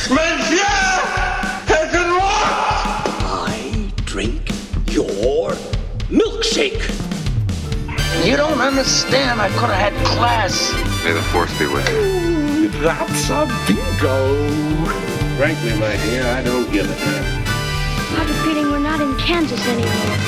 Monsieur has been lost! I drink your milkshake. You don't understand. I could have had class. May the force be with you. That's a bingo. Frankly, my dear, I don't give a damn. I have a feeling we're not in Kansas anymore.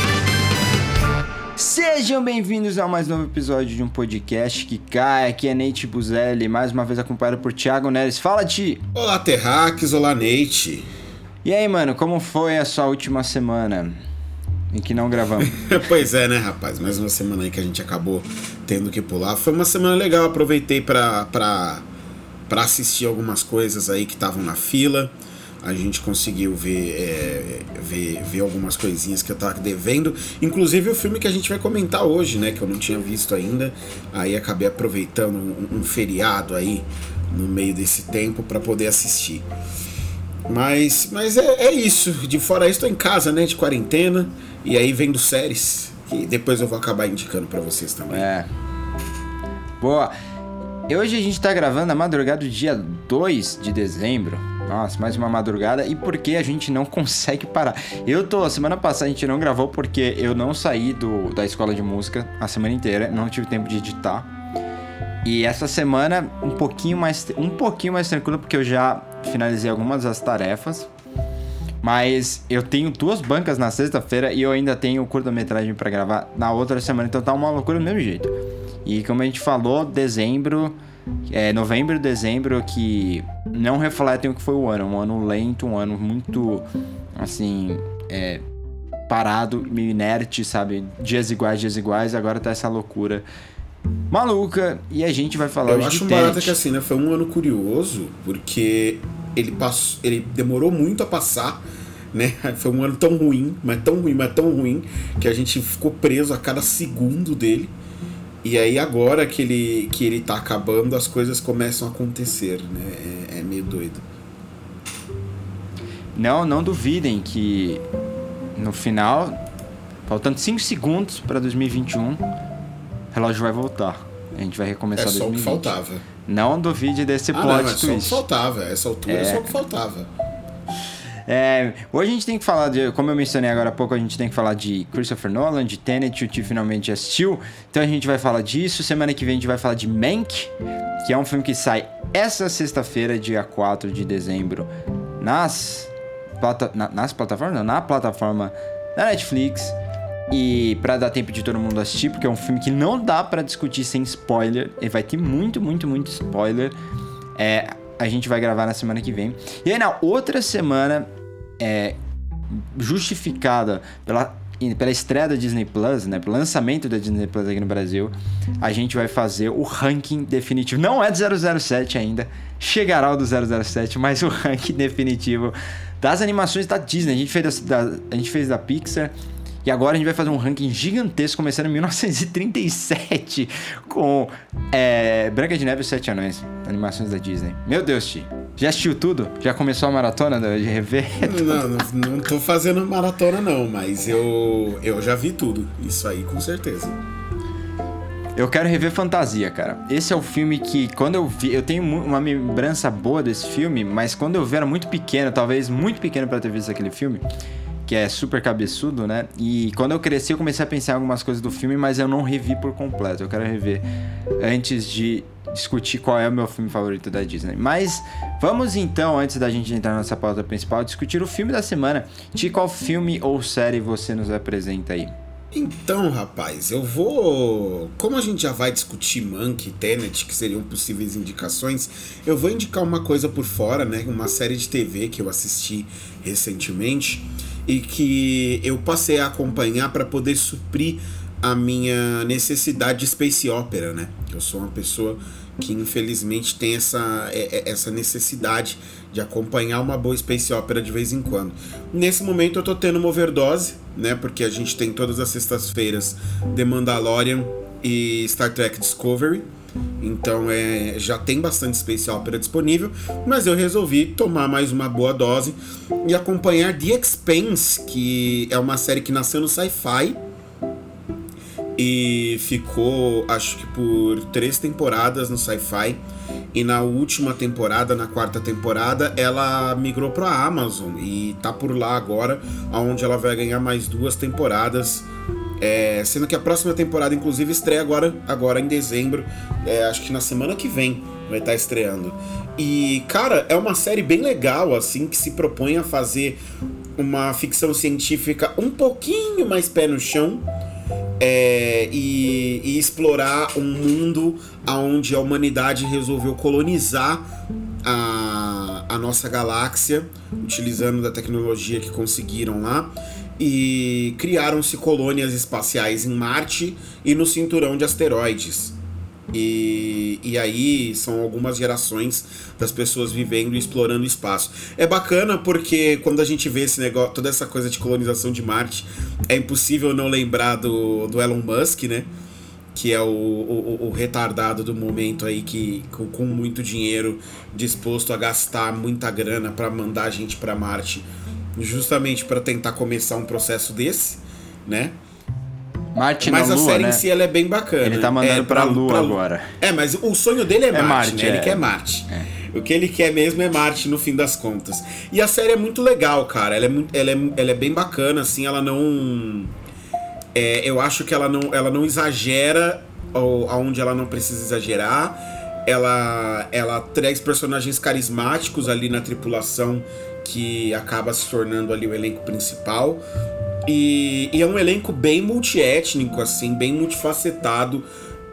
Sejam bem-vindos a mais um novo episódio de um podcast que cai. Aqui é Nate Buzelli, mais uma vez acompanhado por Thiago Neres. Fala, Ti! Olá, Terraques, olá, Nate. E aí, mano, como foi a sua última semana em que não gravamos? Pois é, né, rapaz? Mais uma semana aí que a gente acabou tendo que pular. Foi uma semana legal, aproveitei pra assistir algumas coisas aí que estavam na fila. A gente conseguiu ver algumas coisinhas que eu tava devendo. Inclusive o filme que a gente vai comentar hoje, né? Que eu não tinha visto ainda. Aí acabei aproveitando um feriado aí no meio desse tempo para poder assistir. Mas é isso. De fora isso, tô em casa, né? De quarentena. E aí vendo séries. Que depois eu vou acabar indicando para vocês também. Boa. Hoje a gente tá gravando na madrugada do dia 2 de dezembro. Nossa, mais uma madrugada. E por que a gente não consegue parar? Semana passada a gente não gravou porque eu não saí da escola de música a semana inteira. Não tive tempo de editar. E essa semana um pouquinho mais tranquilo, porque eu já finalizei algumas das tarefas. Mas eu tenho 2 bancas na sexta-feira e eu ainda tenho curta-metragem pra gravar na outra semana. Então tá uma loucura do mesmo jeito. E como a gente falou, novembro e dezembro, que não refletem o que foi o ano. Um ano lento, um ano muito, assim, parado, meio inerte, sabe? Dias iguais, agora tá essa loucura maluca. E a gente vai falar hoje de Tenet. Eu acho barato que assim, né? Foi um ano curioso, porque ele demorou muito a passar, né? Foi um ano tão ruim, mas tão ruim, que a gente ficou preso a cada segundo dele. E aí agora que ele tá acabando, as coisas começam a acontecer, né? É meio doido. Não duvidem que no final, faltando 5 segundos pra 2021, o relógio vai voltar. A gente vai recomeçar 2020. É só o que faltava. Não duvide desse plot twist. É só o que faltava. Essa altura é só o que faltava. Hoje a gente tem que falar como eu mencionei agora há pouco, a gente tem que falar de Christopher Nolan, de Tenet, o Ti finalmente assistiu, então a gente vai falar disso. Semana que vem a gente vai falar de Mank, que é um filme que sai essa sexta-feira, dia 4 de dezembro, na plataforma da Netflix, e pra dar tempo de todo mundo assistir, porque é um filme que não dá pra discutir sem spoiler, e vai ter muito spoiler. A gente vai gravar na semana que vem. E aí na outra semana, justificada pela estreia da Disney Plus, né, pelo lançamento da Disney Plus aqui no Brasil, a gente vai fazer o ranking definitivo. Não é do 007 ainda, chegará o do 007, mas o ranking definitivo das animações da Disney. A gente fez da Pixar. E agora a gente vai fazer um ranking gigantesco, começando em 1937, com Branca de Neve e os 7 Anões, animações da Disney. Meu Deus, Ti, já assistiu tudo? Já começou a maratona de rever? Não tô fazendo maratona não, mas eu já vi tudo, isso aí com certeza. Eu quero rever Fantasia, cara. Esse é o filme que, quando eu vi, eu tenho uma lembrança boa desse filme, mas quando eu vi era muito pequeno, talvez muito pequeno pra ter visto aquele filme, que é super cabeçudo, né? E quando eu cresci, eu comecei a pensar em algumas coisas do filme, mas eu não revi por completo. Eu quero rever antes de discutir qual é o meu filme favorito da Disney. Mas vamos então, antes da gente entrar na nossa pauta principal, discutir o filme da semana. De qual filme ou série você nos apresenta aí? Então, rapaz, eu vou... Como a gente já vai discutir Mank e Tenet, que seriam possíveis indicações, eu vou indicar uma coisa por fora, né? Uma série de TV que eu assisti recentemente e que eu passei a acompanhar para poder suprir a minha necessidade de space opera, né? Eu sou uma pessoa que infelizmente tem essa necessidade de acompanhar uma boa space opera de vez em quando. Nesse momento eu tô tendo uma overdose, né? Porque a gente tem todas as sextas-feiras The Mandalorian e Star Trek Discovery. Então já tem bastante space opera disponível, mas eu resolvi tomar mais uma boa dose e acompanhar The Expanse, que é uma série que nasceu no Sci-Fi, e ficou, acho que por 3 temporadas no Sci-Fi, e na última temporada, na 4ª temporada, ela migrou pra Amazon e tá por lá agora, onde ela vai ganhar mais 2 temporadas, sendo que a próxima temporada, inclusive, estreia agora em dezembro, acho que na semana que vem vai estar estreando. E, cara, é uma série bem legal, assim, que se propõe a fazer uma ficção científica um pouquinho mais pé no chão, e explorar um mundo onde a humanidade resolveu colonizar a nossa galáxia, utilizando da tecnologia que conseguiram lá, e criaram-se colônias espaciais em Marte e no cinturão de asteroides. E aí são algumas gerações das pessoas vivendo e explorando o espaço. É bacana porque quando a gente vê esse negócio, toda essa coisa de colonização de Marte, é impossível não lembrar do Elon Musk, né? Que é o retardado do momento aí, que com muito dinheiro, disposto a gastar muita grana para mandar a gente para Marte, justamente para tentar começar um processo desse, né? Marte mas na a Lua, série né? em si ela é bem bacana. Ele tá mandando pra Lua agora. Mas o sonho dele é Marte, né? Ele quer Marte. O que ele quer mesmo é Marte, no fim das contas. E a série é muito legal, cara. Ela é bem bacana, assim. Ela não... eu acho que ela não exagera aonde ela não precisa exagerar. Ela traz personagens carismáticos ali na tripulação, que acaba se tornando ali o elenco principal. E é um elenco bem multiétnico, assim, bem multifacetado,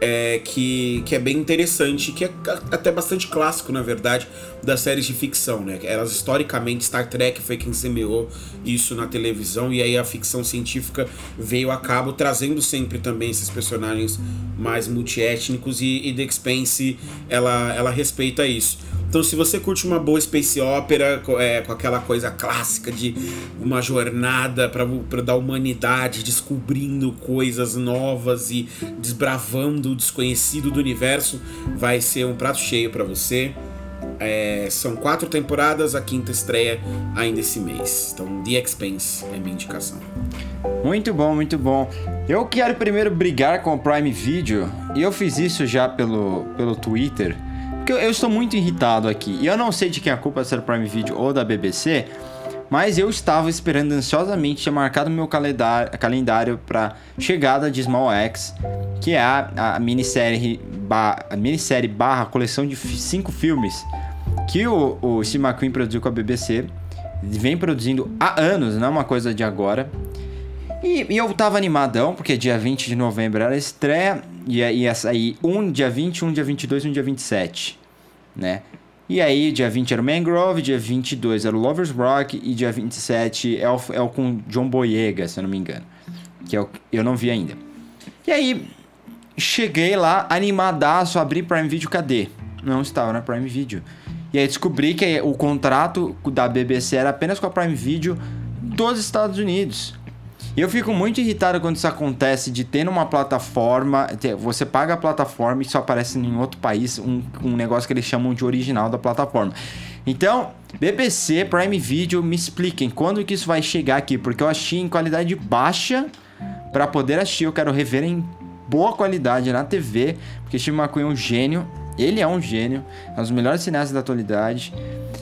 que é bem interessante, que é até bastante clássico, na verdade, das séries de ficção, né? Elas, historicamente, Star Trek foi quem semeou isso na televisão, e aí a ficção científica veio a cabo trazendo sempre também esses personagens mais multiétnicos, e The Expanse, ela respeita isso. Então, se você curte uma boa space opera, com aquela coisa clássica de uma jornada da humanidade, descobrindo coisas novas e desbravando o desconhecido do universo, vai ser um prato cheio para você. São 4 temporadas, a 5ª estreia ainda esse mês. Então, The Expanse é minha indicação. Muito bom, muito bom. Eu quero primeiro brigar com o Prime Video, e eu fiz isso já pelo Twitter, porque eu estou muito irritado aqui. E eu não sei de quem é a culpa, se é do Prime Video ou da BBC, mas eu estava esperando ansiosamente, tinha marcado no meu calendário para chegada de Small Axe, que é a minissérie barra coleção de 5 filmes que o Steve McQueen produziu com a BBC. Vem produzindo há anos, não é uma coisa de agora. E eu tava animadão, porque dia 20 de novembro era a estreia, ia sair um dia 20, um dia 22 e um dia 27, né? E aí, dia 20 era o Mangrove, dia 22 era o Lovers Rock, e dia 27 é o com John Boyega, se eu não me engano, que eu não vi ainda. E aí, cheguei lá, animadaço, abri Prime Video, cadê? Não estava na Prime Video. E aí descobri que o contrato da BBC era apenas com a Prime Video dos Estados Unidos. E eu fico muito irritado quando isso acontece, de ter numa plataforma, você paga a plataforma e só aparece em outro país um negócio que eles chamam de original da plataforma. Então, BBC, Prime Video, me expliquem quando que isso vai chegar aqui, porque eu achei em qualidade baixa para poder assistir. Eu quero rever em boa qualidade na TV, porque Steve McQueen é um gênio, ele é um gênio, é um dos melhores cineastas da atualidade.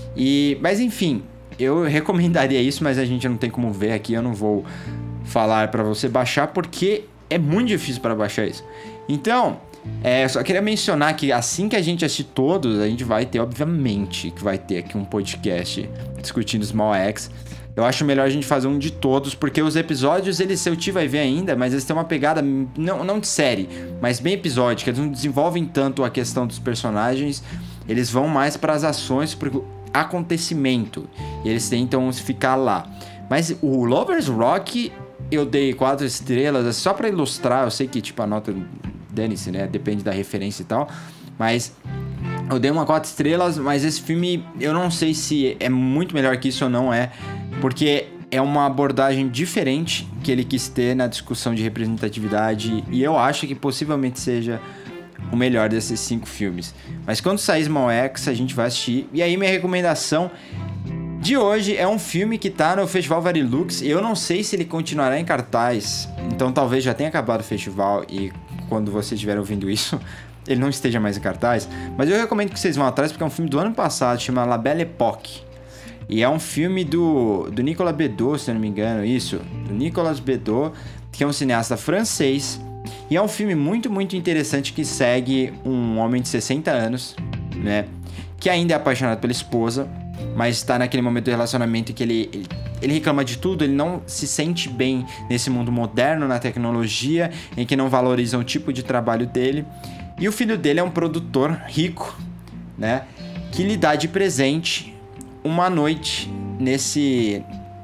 Mas enfim, eu recomendaria isso, mas a gente não tem como ver aqui, eu não vou falar para você baixar, porque é muito difícil para baixar isso. Então, eu só queria mencionar que assim que a gente assistir todos, a gente vai ter, obviamente, que vai ter aqui um podcast discutindo Small Axe. Eu acho melhor a gente fazer um de todos, porque os episódios, o Ti vai ver ainda, mas eles têm uma pegada, não de série, mas bem episódica. Eles não desenvolvem tanto a questão dos personagens, eles vão mais para as ações, para o acontecimento, e eles tentam ficar lá. Mas o Lovers Rock, eu dei 4 estrelas, só para ilustrar. Eu sei que tipo a nota, dane-se, né? Depende da referência e tal, mas eu dei 4 estrelas, mas esse filme eu não sei se é muito melhor que isso ou não é, porque é uma abordagem diferente que ele quis ter na discussão de representatividade, e eu acho que possivelmente seja o melhor desses 5 filmes. Mas quando sair Small Axe, a gente vai assistir. E aí minha recomendação de hoje é um filme que tá no Festival Varilux. Eu não sei se ele continuará em cartaz, então talvez já tenha acabado o festival e quando vocês estiverem ouvindo isso, ele não esteja mais em cartaz. Mas eu recomendo que vocês vão atrás, porque é um filme do ano passado, chama La Belle Époque. E é um filme do Nicolas Bedos, se eu não me engano, isso. Do Nicolas Bedos, que é um cineasta francês. E é um filme muito, muito interessante que segue um homem de 60 anos, né? Que ainda é apaixonado pela esposa, mas está naquele momento do relacionamento que ele reclama de tudo, ele não se sente bem nesse mundo moderno, na tecnologia, em que não valorizam o tipo de trabalho dele. E o filho dele é um produtor rico, né? Que lhe dá de presente uma noite nesse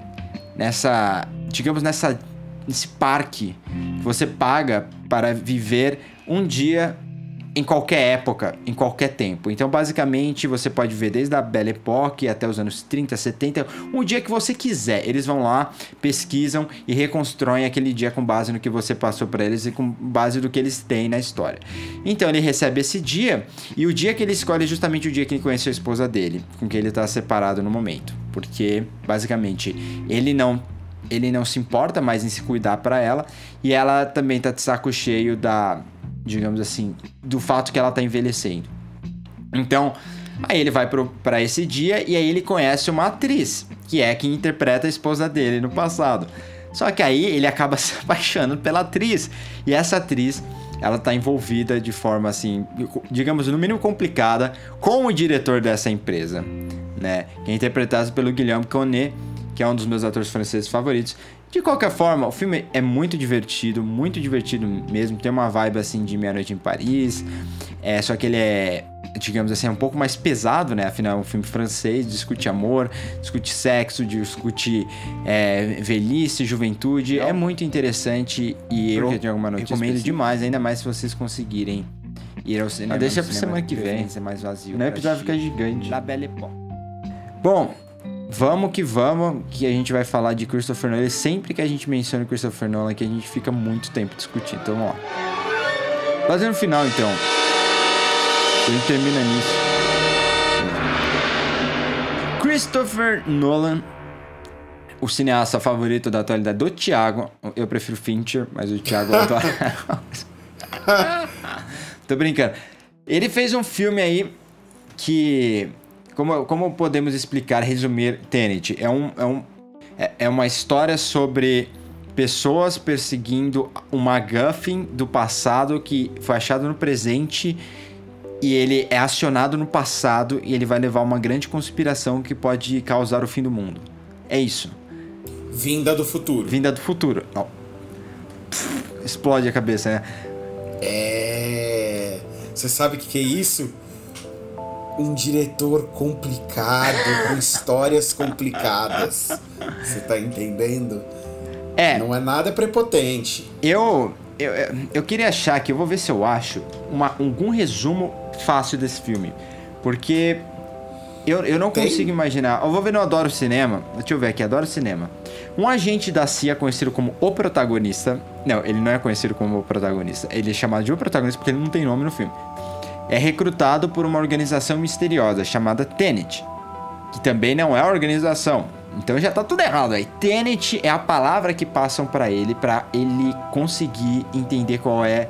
parque que você paga para viver um dia em qualquer época, em qualquer tempo. Então, basicamente, você pode ver desde a Belle Époque até os anos 30, 70, um dia que você quiser. Eles vão lá, pesquisam e reconstroem aquele dia com base no que você passou para eles e com base do que eles têm na história. Então, ele recebe esse dia e o dia que ele escolhe é justamente o dia que ele conheceu a esposa dele, com quem ele está separado no momento. Porque, basicamente, ele não se importa mais em se cuidar para ela e ela também tá de saco cheio digamos assim, do fato que ela tá envelhecendo. Então, aí ele vai pra esse dia e aí ele conhece uma atriz, que é quem interpreta a esposa dele no passado. Só que aí ele acaba se apaixonando pela atriz. E essa atriz, ela tá envolvida de forma assim, digamos, no mínimo complicada, com o diretor dessa empresa, né? Que é interpretado pelo Guillaume Canet, que é um dos meus atores franceses favoritos. De qualquer forma, o filme é muito divertido mesmo. Tem uma vibe assim de Meia Noite em Paris. Só que ele é, digamos assim, um pouco mais pesado, né? Afinal, é um filme francês, discute amor, discute sexo, discute velhice, juventude. É muito interessante e eu recomendo demais, ainda mais se vocês conseguirem ir ao cinema. Mas deixa pra semana que vem, ser mais vazio. O episódio fica gigante. La Belle Époque. Bom, vamos, que a gente vai falar de Christopher Nolan. Sempre que a gente menciona o Christopher Nolan aqui, a gente fica muito tempo discutindo. Então, vamos lá. Fazendo o final, então. A gente termina nisso. Christopher Nolan, o cineasta favorito da atualidade do Thiago. Eu prefiro Fincher, mas o Thiago adora. Tô brincando. Ele fez um filme aí que... Como podemos explicar, resumir Tenet? É uma história sobre pessoas perseguindo um MacGuffin do passado que foi achado no presente e ele é acionado no passado e ele vai levar uma grande conspiração que pode causar o fim do mundo. É isso. Vinda do futuro. Não. Explode a cabeça, né? Você sabe o que é isso? Um diretor complicado, com histórias complicadas. Você tá entendendo? Não é nada prepotente. Eu queria achar que eu vou ver se eu acho algum resumo fácil desse filme. Porque eu não consigo imaginar. Eu vou ver no Adoro Cinema. Deixa eu ver aqui, Adoro Cinema. Um agente da CIA conhecido como o protagonista. Não, ele não é conhecido como o protagonista. Ele é chamado de o protagonista porque ele não tem nome no filme. É recrutado por uma organização misteriosa chamada Tenet, que também não é a organização. Então já tá tudo errado aí. Tenet é a palavra que passam pra ele conseguir entender qual é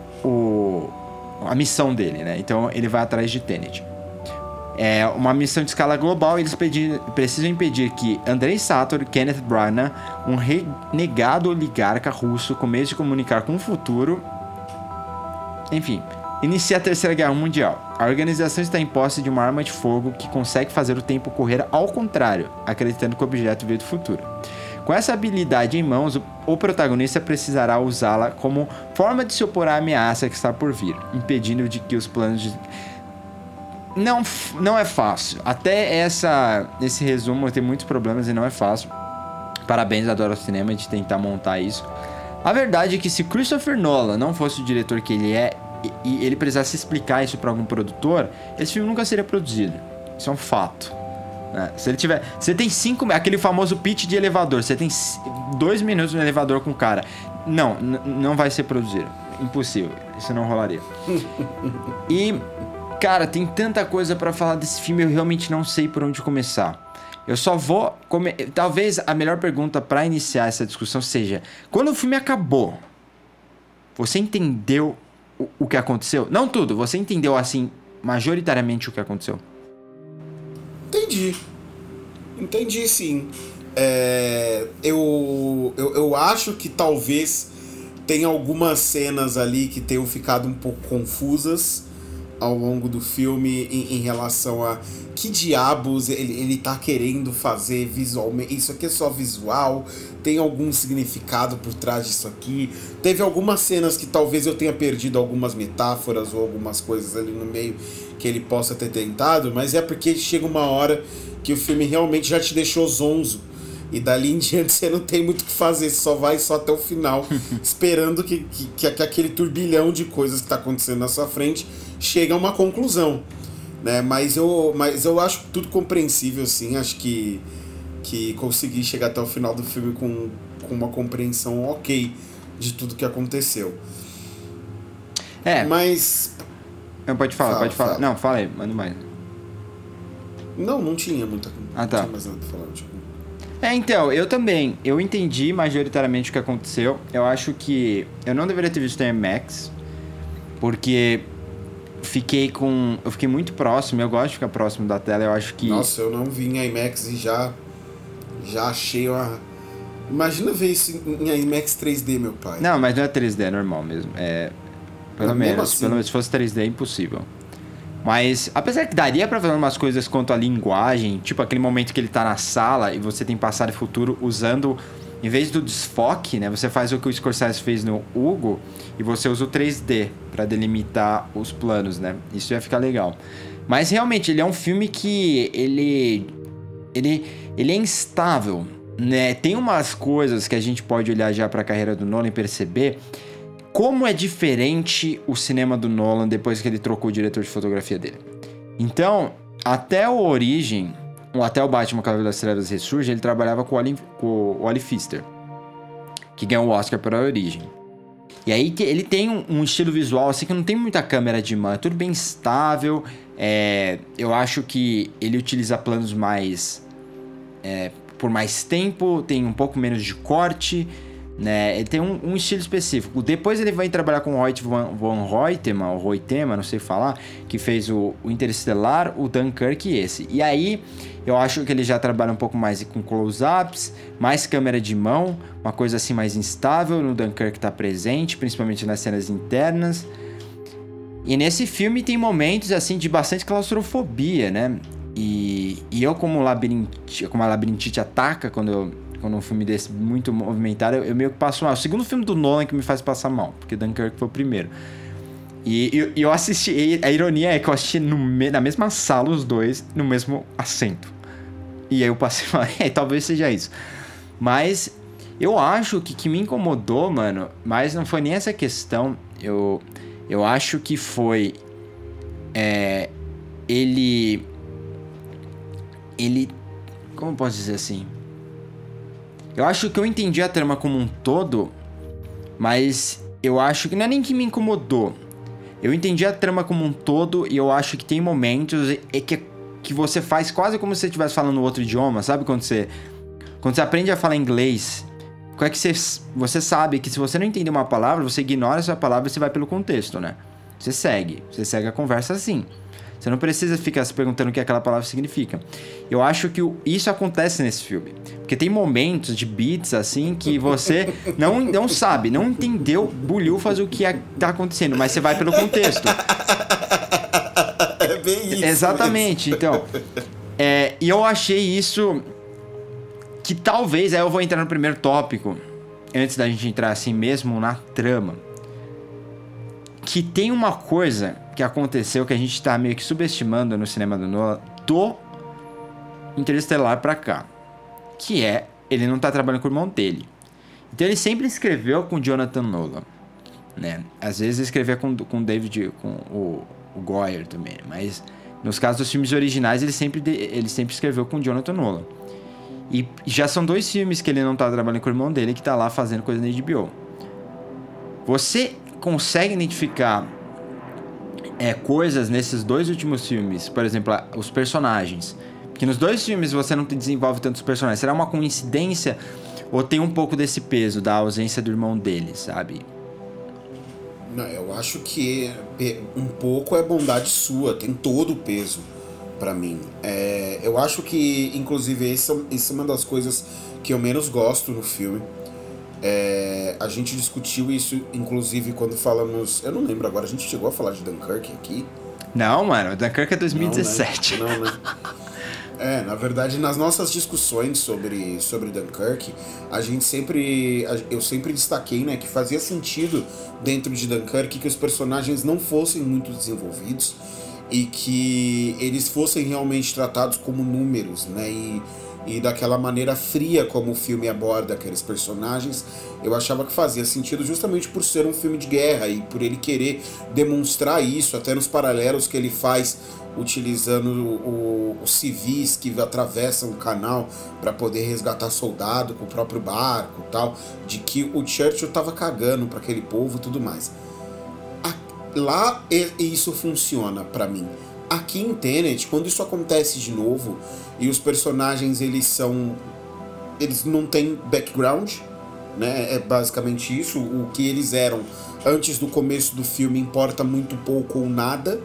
a missão dele, né? Então ele vai atrás de Tenet. É uma missão de escala global e eles precisam impedir que Andrei Sator, Kenneth Branagh, um renegado oligarca russo com meios de comunicar com o futuro, enfim, inicia a Terceira Guerra Mundial. A organização está em posse de uma arma de fogo que consegue fazer o tempo correr ao contrário, acreditando que o objeto veio do futuro. Com essa habilidade em mãos, o protagonista precisará usá-la como forma de se opor à ameaça que está por vir, impedindo de que os planos de... Não é fácil. Até esse resumo tem muitos problemas e não é fácil. Parabéns, Adoro Cinema, de tentar montar isso. A verdade é que se Christopher Nolan não fosse o diretor que ele é, e ele precisasse explicar isso para algum produtor, esse filme nunca seria produzido. Isso é um fato, né? Se ele tiver... Você tem aquele famoso pitch de elevador. Você tem 2 minutos no elevador com o cara. Não vai ser produzido. Impossível. Isso não rolaria. E... Cara, tem tanta coisa pra falar desse filme, eu realmente não sei por onde começar. Eu só vou... Talvez a melhor pergunta pra iniciar essa discussão seja... Quando o filme acabou, você entendeu o que aconteceu? Não tudo, você entendeu, assim, majoritariamente o que aconteceu? Entendi sim. Eu acho que talvez tenha algumas cenas ali que tenham ficado um pouco confusas ao longo do filme em relação a que diabos ele tá querendo fazer visualmente. Isso aqui é só visual? Tem algum significado por trás disso aqui? Teve algumas cenas que talvez eu tenha perdido algumas metáforas ou algumas coisas ali no meio que ele possa ter tentado, mas é porque chega uma hora que o filme realmente já te deixou zonzo. E dali em diante você não tem muito o que fazer, você só vai até o final, esperando que aquele turbilhão de coisas que tá acontecendo na sua frente chegue a uma conclusão, né? Mas eu acho tudo compreensível, sim. Acho que consegui chegar até o final do filme com uma compreensão ok de tudo que aconteceu. Mas... Não, pode falar. Fala. Não, fala aí, manda mais. Não tinha muita... Ah, tá. Não tinha mais nada pra falar, tipo... Então, eu também. Eu entendi majoritariamente o que aconteceu. Eu acho que eu não deveria ter visto em IMAX, porque eu fiquei muito próximo. Eu gosto de ficar próximo da tela. Eu acho que... Nossa, eu não vi em IMAX e já achei uma... Imagina ver isso em IMAX 3D, meu pai. Não, mas não é 3D, é normal mesmo. Pelo menos se fosse 3D é impossível. Mas, apesar que daria pra fazer umas coisas quanto a linguagem, tipo aquele momento que ele tá na sala e você tem passado e futuro usando, em vez do desfoque, né? Você faz o que o Scorsese fez no Hugo e você usa o 3D pra delimitar os planos, né? Isso ia ficar legal. Mas, realmente, ele é um filme que ele é instável, né? Tem umas coisas que a gente pode olhar já pra carreira do Nolan e perceber... Como é diferente o cinema do Nolan depois que ele trocou o diretor de fotografia dele. Então, até o Origem, ou até o Batman Cavaleiro das Trevas Ressurge, ele trabalhava com o Wally Pfister, que ganhou o Oscar para a Origem. E aí ele tem um estilo visual assim que não tem muita câmera de mão, é tudo bem estável. Eu acho que ele utiliza planos mais... por mais tempo, tem um pouco menos de corte... Né? Ele tem um estilo específico. Depois ele vai trabalhar com o Hoyt van Hoytema, ou Hoytema, não sei falar, que fez o Interestelar, o Dunkirk e esse. E aí eu acho que ele já trabalha um pouco mais com close-ups, mais câmera de mão, uma coisa assim mais instável. No Dunkirk tá presente, principalmente nas cenas internas. E nesse filme tem momentos assim de bastante claustrofobia, né? E eu como a labirintite ataca quando um filme desse muito movimentado, eu meio que passo mal. É o segundo filme do Nolan que me faz passar mal, porque Dunkirk foi o primeiro. E eu assisti... A ironia é que eu assisti na mesma sala os dois, no mesmo assento. E aí eu passei mal. Talvez seja isso. Mas eu acho que me incomodou, mano, mas não foi nem essa questão. Eu acho que foi... Ele... Como eu posso dizer assim? Eu acho que eu entendi a trama como um todo, mas eu acho que não é nem que me incomodou. Eu entendi a trama como um todo e eu acho que tem momentos que você faz quase como se você estivesse falando outro idioma, sabe? Quando você aprende a falar inglês, é que você sabe que se você não entender uma palavra, você ignora essa palavra e você vai pelo contexto, né? Você segue a conversa assim. Você não precisa ficar se perguntando o que aquela palavra significa. Eu acho que isso acontece nesse filme. Porque tem momentos de beats, assim, que você não sabe, não entendeu bulhufas o que tá acontecendo, mas você vai pelo contexto. É bem isso. Exatamente, mesmo. Então. E eu achei isso... Que talvez... Aí eu vou entrar no primeiro tópico, antes da gente entrar assim mesmo na trama. Que tem uma coisa... que aconteceu, que a gente tá meio que subestimando no cinema do Nolan, do Interestelar pra cá. Que ele não tá trabalhando com o irmão dele. Então ele sempre escreveu com o Jonathan Nolan, né? Às vezes ele escrevia com o David, com o Goyer também, mas nos casos dos filmes originais ele sempre escreveu com o Jonathan Nolan. E já são 2 filmes que ele não tá trabalhando com o irmão dele, que tá lá fazendo coisa na HBO. Você consegue identificar coisas nesses 2 últimos filmes, por exemplo, os personagens, Porque nos dois filmes você não desenvolve tantos personagens. Será uma coincidência ou tem um pouco desse peso da ausência do irmão dele, sabe? Não, eu acho que um pouco é bondade sua, tem todo o peso pra mim. Eu acho que, inclusive, isso é uma das coisas que eu menos gosto no filme. A gente discutiu isso, inclusive, quando falamos... Eu não lembro agora, a gente chegou a falar de Dunkirk aqui? Não, mano, Dunkirk é 2017. Não, né? Na verdade, nas nossas discussões sobre Dunkirk, eu sempre destaquei, né, que fazia sentido dentro de Dunkirk que os personagens não fossem muito desenvolvidos e que eles fossem realmente tratados como números, né, e daquela maneira fria como o filme aborda aqueles personagens. Eu achava que fazia sentido justamente por ser um filme de guerra e por ele querer demonstrar isso, até nos paralelos que ele faz utilizando os civis que atravessam o canal para poder resgatar soldado com o próprio barco e tal, de que o Churchill tava cagando para aquele povo e tudo mais. Lá isso funciona para mim. Aqui em Tenet, quando isso acontece de novo e os personagens eles não têm background, né? É basicamente isso. O que eles eram antes do começo do filme importa muito pouco ou nada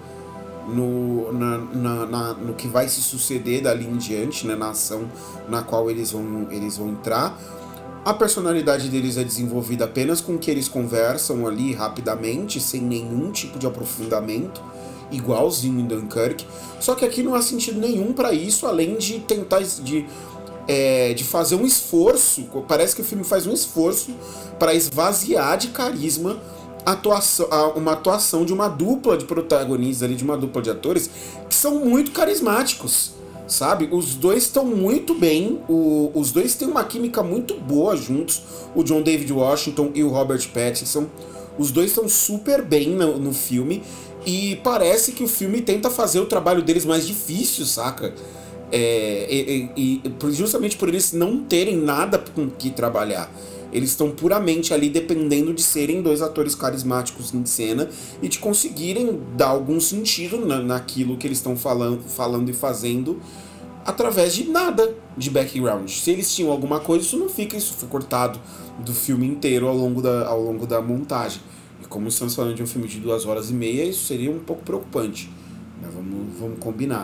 no que vai se suceder dali em diante, né? Na ação na qual eles vão entrar. A personalidade deles é desenvolvida apenas com o que eles conversam ali rapidamente, sem nenhum tipo de aprofundamento, igualzinho em Dunkirk. Só que aqui não há sentido nenhum para isso, além de tentar de fazer um esforço. Parece que o filme faz um esforço para esvaziar de carisma uma atuação de uma dupla de protagonistas ali, de uma dupla de atores que são muito carismáticos, sabe? Os dois estão muito bem, os dois têm uma química muito boa juntos, o John David Washington e o Robert Pattinson. Os dois estão super bem no filme e parece que o filme tenta fazer o trabalho deles mais difícil, saca? Justamente por eles não terem nada com que trabalhar. Eles estão puramente ali dependendo de serem dois atores carismáticos em cena e de conseguirem dar algum sentido naquilo que eles estão falando e fazendo através de nada de background. Se eles tinham alguma coisa, isso foi cortado do filme inteiro ao longo da montagem. E como estamos falando de um filme de 2 horas e meia, isso seria um pouco preocupante, né? Vamos combinar.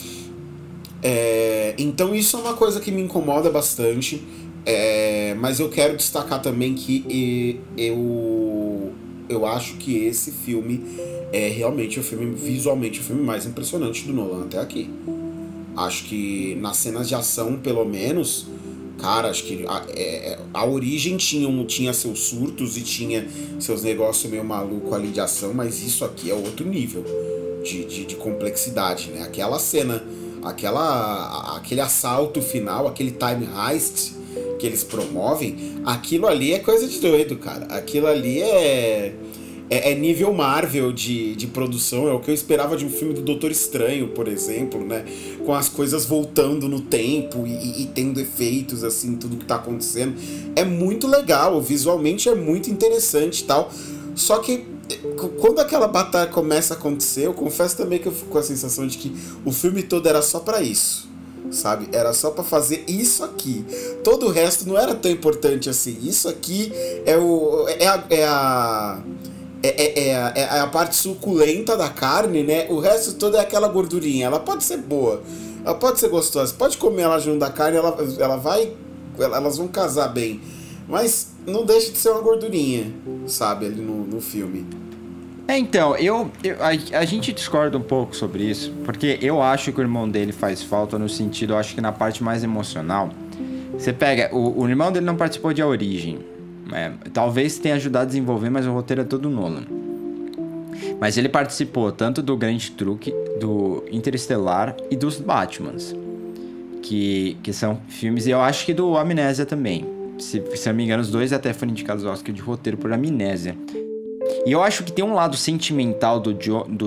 Então isso é uma coisa que me incomoda bastante. Mas eu quero destacar também que eu acho que esse filme é realmente visualmente o filme mais impressionante do Nolan até aqui. Acho que nas cenas de ação, pelo menos, cara, acho que a Origem tinha seus surtos e tinha seus negócios meio maluco ali de ação, mas isso aqui é outro nível de complexidade, né? Aquela cena, aquele assalto final, aquele time heist que eles promovem, aquilo ali é coisa de doido, cara. Aquilo ali é nível Marvel de produção, é o que eu esperava de um filme do Doutor Estranho, por exemplo, né? Com as coisas voltando no tempo e tendo efeitos, assim, tudo que tá acontecendo. É muito legal, visualmente é muito interessante e tal. Só que quando aquela batalha começa a acontecer, eu confesso também que eu fico com a sensação de que o filme todo era só pra isso. Sabe? Era só pra fazer isso aqui. Todo o resto não era tão importante assim. Isso aqui é a parte suculenta da carne, né? O resto todo é aquela gordurinha. Ela pode ser boa, ela pode ser gostosa, pode comer ela junto da carne, elas vão casar bem. Mas não deixa de ser uma gordurinha, sabe? Ali no filme. Então, a gente discorda um pouco sobre isso, porque eu acho que o irmão dele faz falta no sentido, eu acho que na parte mais emocional. Você pega, o irmão dele não participou de A Origem, talvez tenha ajudado a desenvolver, mas o roteiro é todo Nolan. Mas ele participou tanto do Grande Truque, do Interestelar e dos Batmans, que são filmes, e eu acho que do Amnésia também. Se eu não me engano, os dois até foram indicados ao Oscar de roteiro por Amnésia. E eu acho que tem um lado sentimental do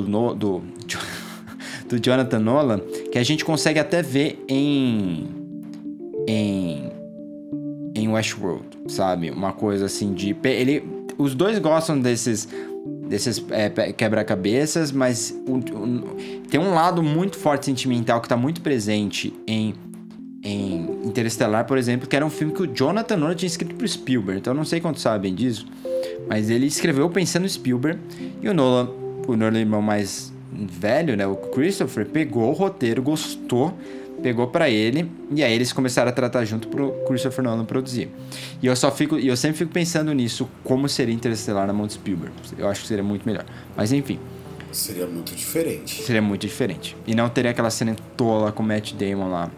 Jonathan Nolan que a gente consegue até ver em Westworld, sabe? Uma coisa assim de... os dois gostam desses quebra-cabeças, mas tem um lado muito forte sentimental que tá muito presente em Interestelar, por exemplo, que era um filme que o Jonathan Nolan tinha escrito pro Spielberg. Então eu não sei quantos sabem disso, mas ele escreveu pensando no Spielberg, e o Nolan, irmão mais velho, né, o Christopher, pegou o roteiro, gostou, pegou pra ele, e aí eles começaram a tratar junto pro Christopher Nolan produzir. E eu sempre fico pensando nisso, como seria Interestelar na mão de Spielberg. Eu acho que seria muito melhor. Mas enfim. Seria muito diferente. Seria muito diferente. E não teria aquela cena tola com o Matt Damon lá,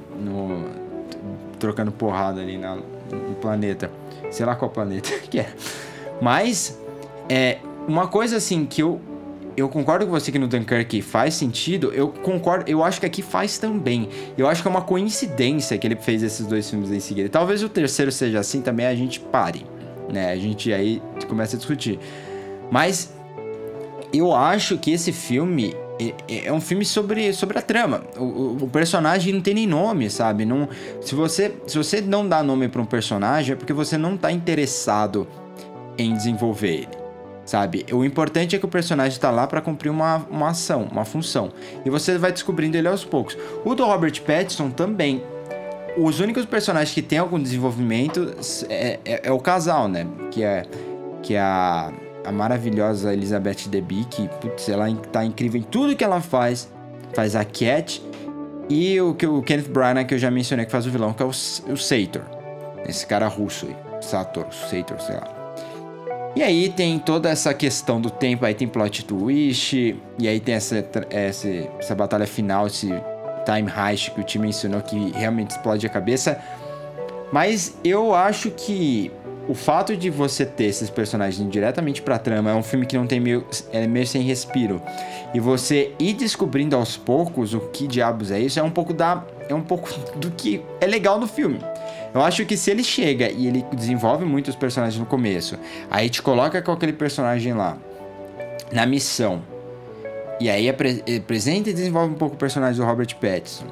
trocando porrada ali no planeta. Sei lá qual planeta que é. Mas, uma coisa assim que eu concordo com você que no Dunkirk faz sentido, eu concordo, eu acho que aqui faz também. Eu acho que é uma coincidência que ele fez esses dois filmes em seguida. Talvez o terceiro seja assim, também a gente pare, né? A gente aí começa a discutir. Mas eu acho que esse filme é um filme sobre a trama. O personagem não tem nem nome, sabe? Não, se você não dá nome para um personagem, é porque você não tá interessado em desenvolver ele. Sabe? O importante é que o personagem tá lá pra cumprir uma ação, uma função. E você vai descobrindo ele aos poucos. O do Robert Pattinson também. Os únicos personagens que tem algum desenvolvimento é o casal, né? Que é a maravilhosa Elizabeth Debicki, que, putz, ela tá incrível em tudo que ela faz. Faz a Cat. E o Kenneth Branagh, que eu já mencionei, que faz o vilão, que é o Sator. Esse cara russo aí. Sator, sei lá. E aí tem toda essa questão do tempo, aí tem plot twist, e aí tem essa batalha final, esse time heist que o time mencionou, que realmente explode a cabeça. Mas eu acho que o fato de você ter esses personagens diretamente pra trama, é um filme que não tem meio sem respiro, e você ir descobrindo aos poucos o que diabos é isso, é um pouco do que é legal no filme. Eu acho que se ele chega e ele desenvolve muito os personagens no começo, aí te coloca com aquele personagem lá na missão, e aí apresenta e desenvolve um pouco o personagem do Robert Pattinson,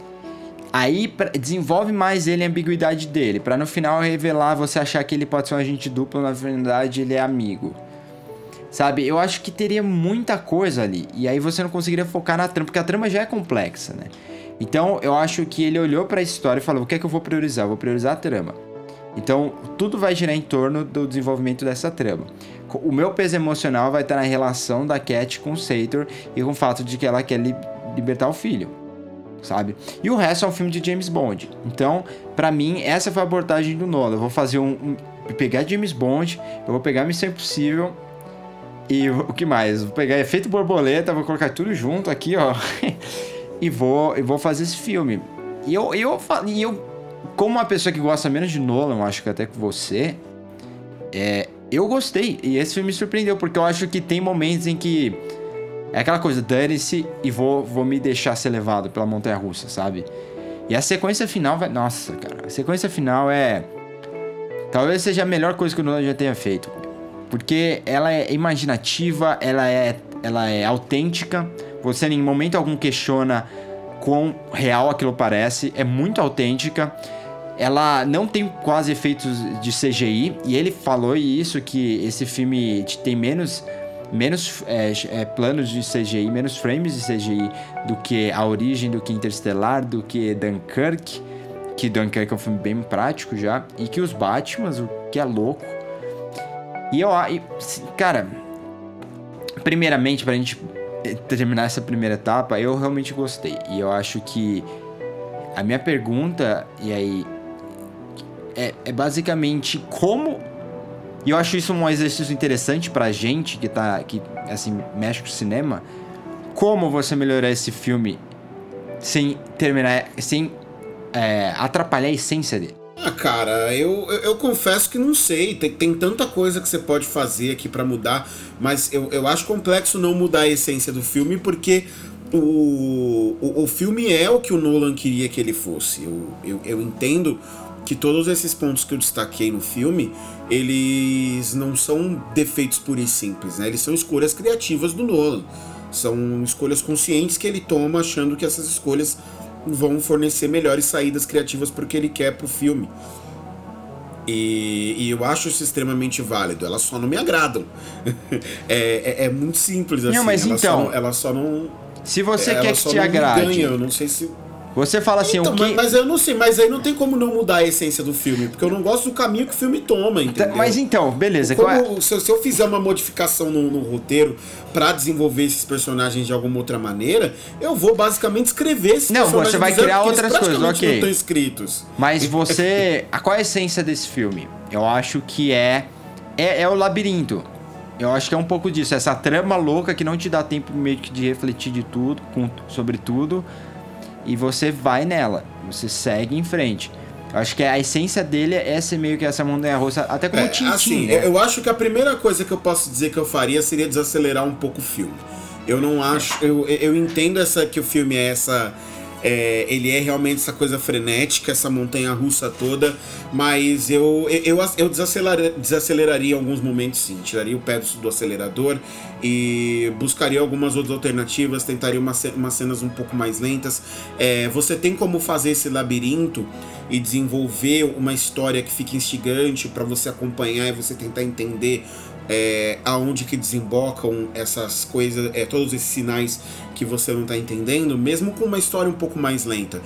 aí desenvolve mais ele, a ambiguidade dele, pra no final revelar, você achar que ele pode ser um agente duplo, na verdade ele é amigo, sabe? Eu acho que teria muita coisa ali, e aí você não conseguiria focar na trama, porque a trama já é complexa, né? Então, eu acho que ele olhou pra história e falou, o que é que eu vou priorizar? Eu vou priorizar a trama. Então, tudo vai girar em torno do desenvolvimento dessa trama. O meu peso emocional vai estar na relação da Cat com o Sator e com o fato de que ela quer libertar o filho, sabe? E o resto é um filme de James Bond. Então, pra mim, essa foi a abordagem do Nolan. Eu vou fazer pegar James Bond, eu vou pegar Missão Impossível e o que mais? Vou pegar Efeito Borboleta, vou colocar tudo junto aqui, ó. E vou fazer esse filme. E eu, como uma pessoa que gosta menos de Nolan, eu acho que até que você, eu gostei. E esse filme me surpreendeu, porque eu acho que tem momentos em que é aquela coisa, dane-se e vou me deixar ser levado pela montanha-russa, sabe? E a sequência final vai... Nossa, cara, a sequência final talvez seja a melhor coisa que o Nolan já tenha feito. Porque ela é imaginativa, ela é autêntica. Você em momento algum questiona quão real aquilo parece. É muito autêntica. Ela não tem quase efeitos de CGI. E ele falou isso, que esse filme tem menos planos de CGI, menos frames de CGI do que A Origem, do que Interestelar, do que Dunkirk. Que Dunkirk é um filme bem prático já. E que os Batmans, o que é louco. Cara, primeiramente, pra gente terminar essa primeira etapa, eu realmente gostei. E eu acho que a minha pergunta, e aí, é basicamente como... E eu acho isso um exercício interessante pra gente que assim, mexe com o cinema. Como você melhorar esse filme sem atrapalhar a essência dele? Cara, eu confesso que não sei. Tem tanta coisa que você pode fazer aqui pra mudar, mas eu acho complexo não mudar a essência do filme, porque o filme é o que o Nolan queria que ele fosse. Eu entendo que todos esses pontos que eu destaquei no filme, eles não são defeitos puros e simples, né? Eles são escolhas criativas do Nolan. São escolhas conscientes que ele toma, achando que essas escolhas vão fornecer melhores saídas criativas para o que ele quer pro filme. E eu acho isso extremamente válido. Elas só não me agradam. É muito simples assim. Não, mas então, ela só não. Se você quer que te agrade. Ganha, eu não sei se. Você fala assim, então, o que... mas eu não sei, mas aí não tem como não mudar a essência do filme, porque eu não gosto do caminho que o filme toma, entendeu? Mas então, beleza. Se eu fizer uma modificação no roteiro pra desenvolver esses personagens de alguma outra maneira, eu vou basicamente escrever esses personagens. Não, você vai criar outras coisas, ok. Não estão escritos. Mas você... Qual é a essência desse filme? Eu acho que é o labirinto. Eu acho que é um pouco disso. Essa trama louca que não te dá tempo meio que de refletir de tudo, sobre tudo. E você vai nela, você segue em frente. Eu acho que a essência dele é ser meio que essa montanha-russa, até como Tintin, assim, né? Eu acho que a primeira coisa que eu posso dizer que eu faria seria desacelerar um pouco o filme. Eu não acho... Eu entendo que o filme é essa... ele é realmente essa coisa frenética, essa montanha-russa toda, mas eu desaceleraria em alguns momentos, sim. Tiraria o pé do acelerador e buscaria algumas outras alternativas, tentaria umas cenas um pouco mais lentas. Você tem como fazer esse labirinto e desenvolver uma história que fique instigante para você acompanhar e você tentar entender aonde que desembocam essas coisas, todos esses sinais que você não está entendendo, mesmo com uma história um pouco mais lenta.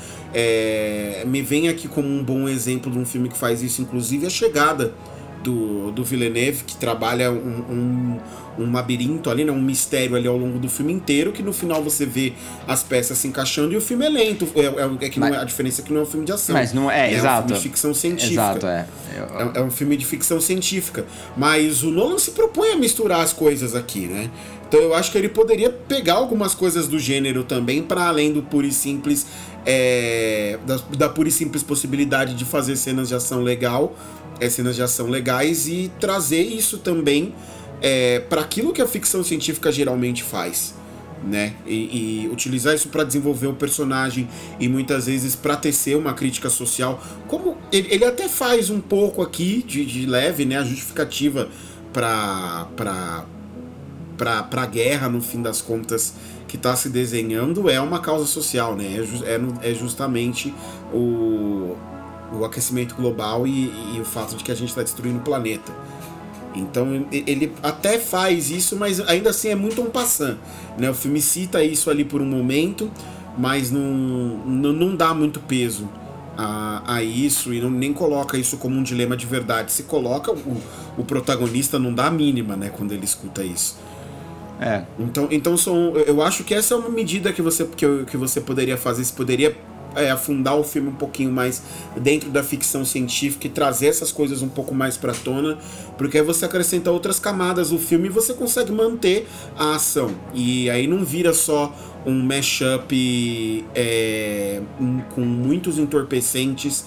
Me vem aqui como um bom exemplo de um filme que faz isso, inclusive, A Chegada, do Villeneuve, que trabalha um labirinto ali, né, um mistério ali ao longo do filme inteiro, que no final você vê as peças se encaixando e o filme é lento. A diferença é que não é um filme de ação. Mas não é, exato. É um filme de ficção científica. Exato, É um filme de ficção científica. Mas o Nolan se propõe a misturar as coisas aqui, né? Então eu acho que ele poderia pegar algumas coisas do gênero também, para além do puro e simples, da pura e simples possibilidade de fazer cenas de ação legais, e trazer isso também para aquilo que a ficção científica geralmente faz, né? E utilizar isso para desenvolver o personagem e muitas vezes para tecer uma crítica social, como ele até faz um pouco aqui de leve, né? A justificativa para a guerra, no fim das contas, que está se desenhando é uma causa social, né? É justamente o aquecimento global e o fato de que a gente está destruindo o planeta. Então ele até faz isso, mas ainda assim é muito en passant, né? O filme cita isso ali por um momento, mas não dá muito peso a isso, e nem coloca isso como um dilema de verdade. Se coloca, o protagonista não dá a mínima, né, quando ele escuta isso. Então eu acho que essa é uma medida que você poderia fazer. Você poderia afundar o filme um pouquinho mais dentro da ficção científica e trazer essas coisas um pouco mais pra tona, porque aí você acrescenta outras camadas do filme e você consegue manter a ação. E aí não vira só um mashup com muitos entorpecentes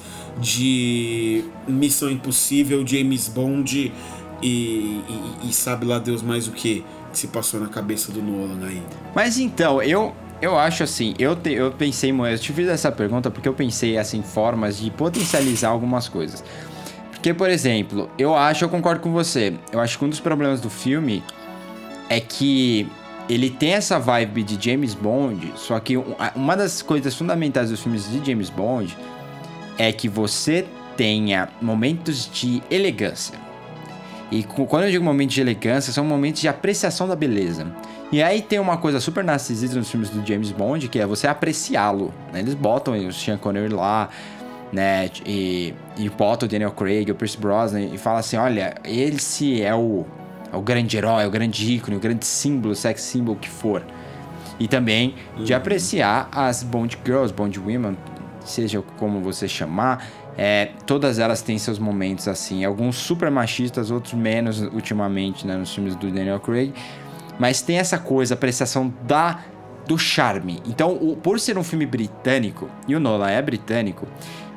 de Missão Impossível, James Bond e sabe lá Deus mais o que se passou na cabeça do Nolan aí. Mas então, eu acho assim, eu pensei, eu te fiz essa pergunta porque eu pensei assim, formas de potencializar algumas coisas. Porque, por exemplo, eu concordo com você, eu acho que um dos problemas do filme é que ele tem essa vibe de James Bond, só que uma das coisas fundamentais dos filmes de James Bond é que você tenha momentos de elegância. E quando eu digo momentos de elegância, são momentos de apreciação da beleza. E aí tem uma coisa super narcisista nos filmes do James Bond, que é você apreciá-lo, né? Eles botam o Sean Connery lá, né? E botam o Daniel Craig, o Pierce Brosnan, e fala assim, olha, esse é o grande herói, o grande ícone, o grande símbolo, sex symbol que for. E também de apreciar as Bond Girls, Bond Women, seja como você chamar. Todas elas têm seus momentos assim, alguns super machistas, outros menos ultimamente, né, nos filmes do Daniel Craig, mas tem essa coisa, apreciação do charme. Então, por ser um filme britânico, e o Nolan é britânico,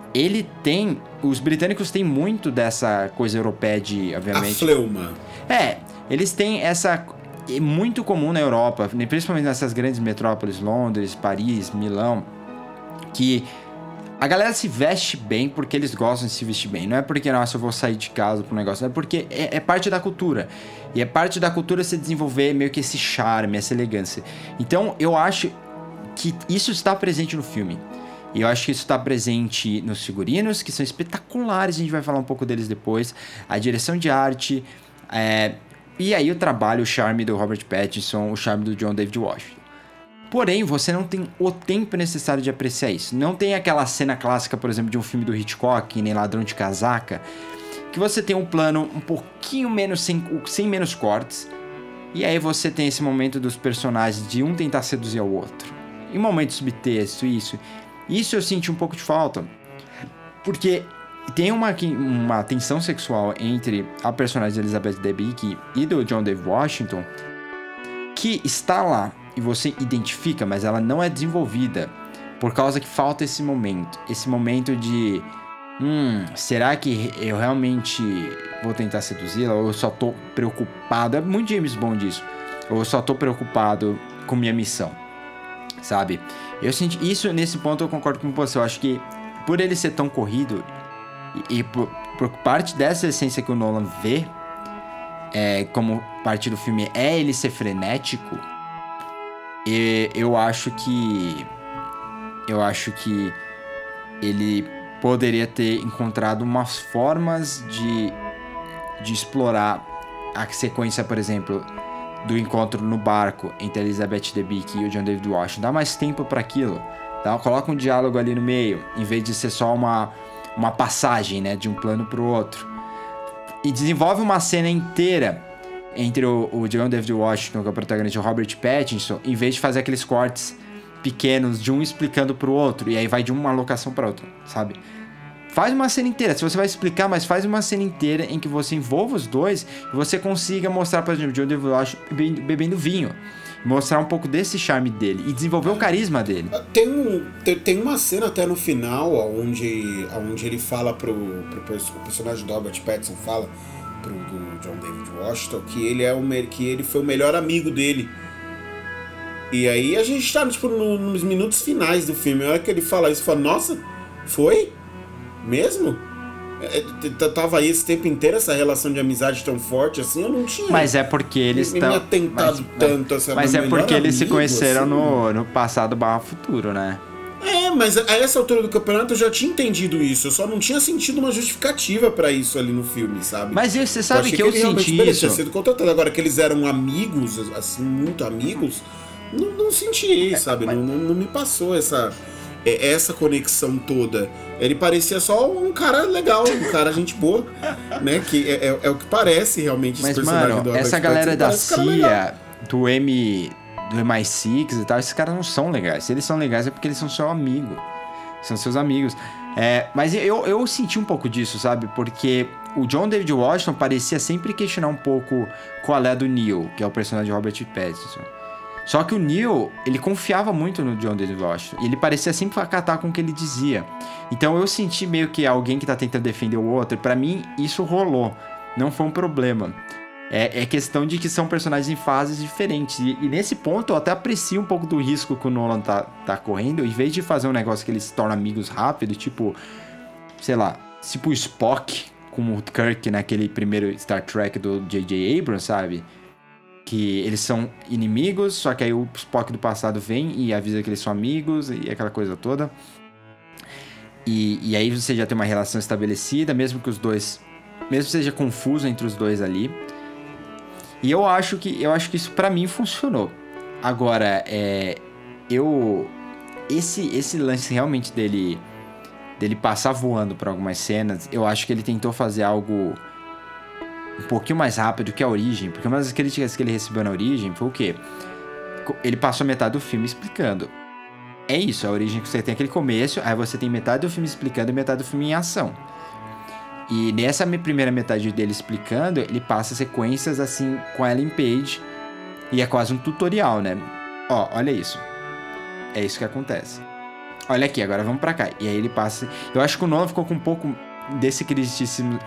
os britânicos têm muito dessa coisa europeia de, obviamente... A fleuma. Eles têm essa... É muito comum na Europa, principalmente nessas grandes metrópoles, Londres, Paris, Milão, que... A galera se veste bem porque eles gostam de se vestir bem. Não é porque, nossa, eu vou sair de casa pro negócio. É porque é parte da cultura. E é parte da cultura você desenvolver meio que esse charme, essa elegância. Então, eu acho que isso está presente no filme. E eu acho que isso tá presente nos figurinos, que são espetaculares, a gente vai falar um pouco deles depois. A direção de arte, e aí o trabalho, o charme do Robert Pattinson, o charme do John David Washington. Porém, você não tem o tempo necessário de apreciar isso. Não tem aquela cena clássica, por exemplo, de um filme do Hitchcock, nem Ladrão de Casaca, que você tem um plano um pouquinho menos, sem menos cortes, e aí você tem esse momento dos personagens de um tentar seduzir ao outro. Em momento subtexto, isso eu senti um pouco de falta, porque tem uma tensão sexual entre a personagem de Elizabeth Debicki e do John David Washington, que está lá, e você identifica, mas ela não é desenvolvida, por causa que falta esse momento de será que eu realmente vou tentar seduzi-la, ou eu só tô preocupado, é muito James Bond isso, ou eu só tô preocupado com minha missão, sabe? Eu senti isso, nesse ponto eu concordo com você, eu acho que por ele ser tão corrido, e por parte dessa essência que o Nolan vê, como parte do filme é ele ser frenético, eu acho que ele poderia ter encontrado umas formas de explorar a sequência, por exemplo, do encontro no barco entre a Elizabeth Debicki e o John David Washington. Dá mais tempo para aquilo, tá? Coloca um diálogo ali no meio, em vez de ser só uma passagem, né, de um plano pro outro. E desenvolve uma cena inteira entre o John David Washington, que é o protagonista, o Robert Pattinson, em vez de fazer aqueles cortes pequenos de um explicando pro outro, e aí vai de uma locação pra outra, sabe? Faz uma cena inteira, se você vai explicar, mas faz uma cena inteira em que você envolva os dois e você consiga mostrar, por exemplo, o John David Washington bebendo vinho, mostrar um pouco desse charme dele e desenvolver o carisma dele. Tem uma cena até no final onde ele fala pro personagem do Robert Pattinson, fala pro John David Washington que ele foi o melhor amigo dele. E aí a gente tá nos minutos finais do filme. A hora que ele fala isso, fala, nossa, foi? Mesmo? Tava aí esse tempo inteiro essa relação de amizade tão forte assim, eu não tinha. Mas é porque eles estão. tanto essa. Mas é porque eles se conheceram assim, no passado / futuro, né? Mas a essa altura do campeonato eu já tinha entendido isso. Eu só não tinha sentido uma justificativa pra isso ali no filme, sabe? Mas você sabe que eu senti isso. Tinha sido contratado. Agora que eles eram amigos, assim, muito amigos, não senti, sabe? Não me passou essa conexão toda. Ele parecia só um cara legal, um cara gente boa, né? Que é o que parece realmente esse personagem do Robert essa galera Pattinson, da CIA, do MI6 e tal, esses caras não são legais. Se eles são legais é porque eles são seu amigo. São seus amigos. Mas eu senti um pouco disso, sabe? Porque o John David Washington parecia sempre questionar um pouco qual é do Neil, que é o personagem de Robert Pattinson. Só que o Neil, ele confiava muito no John David Washington. E ele parecia sempre acatar com o que ele dizia. Então eu senti meio que alguém que tá tentando defender o outro. Pra mim, isso rolou. Não foi um problema. É questão de que são personagens em fases diferentes. E nesse ponto eu até aprecio um pouco do risco que o Nolan tá correndo. Em vez de fazer um negócio que eles se tornam amigos rápido, tipo, sei lá, tipo o Spock com o Kirk naquele primeiro Star Trek do J.J. Abrams, sabe? Que eles são inimigos, só que aí o Spock do passado vem e avisa que eles são amigos e aquela coisa toda. E aí você já tem uma relação estabelecida, mesmo que seja confuso entre os dois ali. E eu acho que isso pra mim funcionou. Agora, esse lance realmente dele passar voando por algumas cenas, eu acho que ele tentou fazer algo um pouquinho mais rápido que a Origem, porque uma das críticas que ele recebeu na Origem foi o quê? Ele passou metade do filme explicando. É isso, a Origem que você tem aquele começo, aí você tem metade do filme explicando e metade do filme em ação. E nessa primeira metade dele explicando, ele passa sequências assim com a Ellen Page e é quase um tutorial, né? Ó, olha isso. É isso que acontece. Olha aqui, agora vamos pra cá. E aí ele passa... Eu acho que o Nolan ficou com um pouco desse criticismo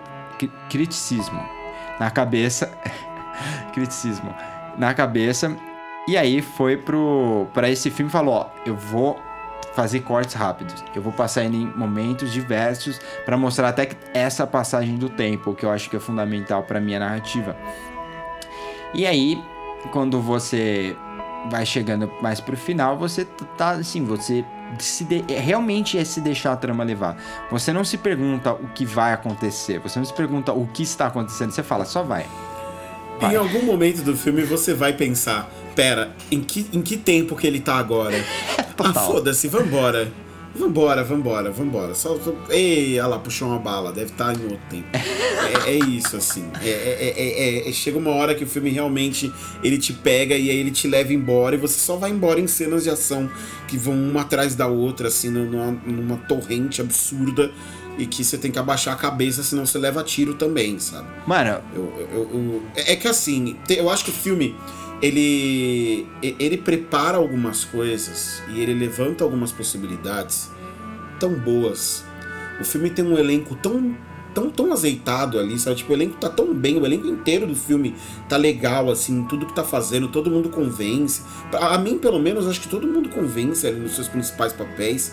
na cabeça. Criticismo na cabeça. E aí foi pra esse filme e falou, ó, eu vou fazer cortes rápidos. Eu vou passar ele em momentos diversos pra mostrar até que essa passagem do tempo, que eu acho que é fundamental pra minha narrativa. E aí, quando você vai chegando mais pro final, você tá assim, você realmente é se deixar a trama levar. Você não se pergunta o que vai acontecer, você não se pergunta o que está acontecendo, você fala, só vai. Em algum momento do filme você vai pensar, pera, em que tempo que ele tá agora? Foda-se, vambora. Vambora. Ei, olha lá, puxou uma bala, deve estar em outro tempo. É isso, assim. Chega uma hora que o filme realmente ele te pega e aí ele te leva embora e você só vai embora em cenas de ação que vão uma atrás da outra, assim, numa torrente absurda e que você tem que abaixar a cabeça, senão você leva tiro também, sabe? Mano, é que assim, eu acho que o filme ele prepara algumas coisas e ele levanta algumas possibilidades tão boas. O filme tem um elenco tão azeitado ali, sabe? Tipo, o elenco tá tão bem, o elenco inteiro do filme tá legal, assim, tudo que tá fazendo, todo mundo convence. A mim, pelo menos, acho que todo mundo convence ali nos seus principais papéis.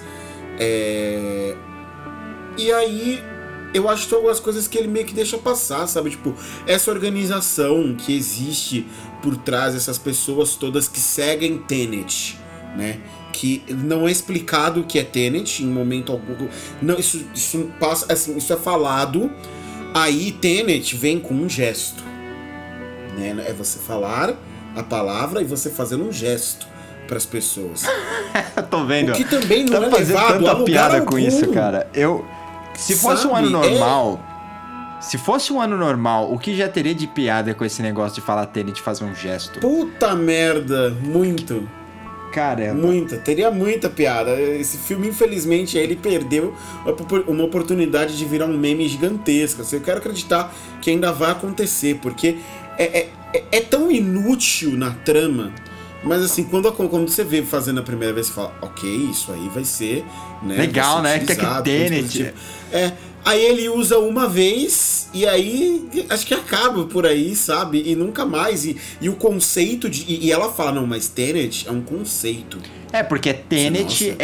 E aí, eu acho que tem algumas coisas que ele meio que deixa passar, sabe? Tipo, essa organização que existe por trás dessas pessoas todas que seguem Tenet, né? Que não é explicado o que é Tenet em momento algum. Não, isso passa, assim, isso é falado. Aí Tenet vem com um gesto, né? É você falar a palavra e você fazer um gesto para as pessoas. Tô vendo. O que também não tá é fazendo levado tanta a lugar piada algum. com isso, cara. Se fosse um ano normal, se fosse um ano normal, o que já teria de piada com esse negócio de falar Tenet e fazer um gesto? Puta merda, muito. Caramba. Teria muita piada. Esse filme, infelizmente, ele perdeu uma oportunidade de virar um meme gigantesco. Assim, eu quero acreditar que ainda vai acontecer, porque é tão inútil na trama. Mas assim, quando você vê fazendo a primeira vez, você fala, ok, isso aí vai ser, né, legal, vai ser né? Que utilizado, Tenet. Aí ele usa uma vez e aí acho que acaba por aí, sabe? E nunca mais. E o conceito e ela fala, não, mas Tenet é um conceito. Porque Tenet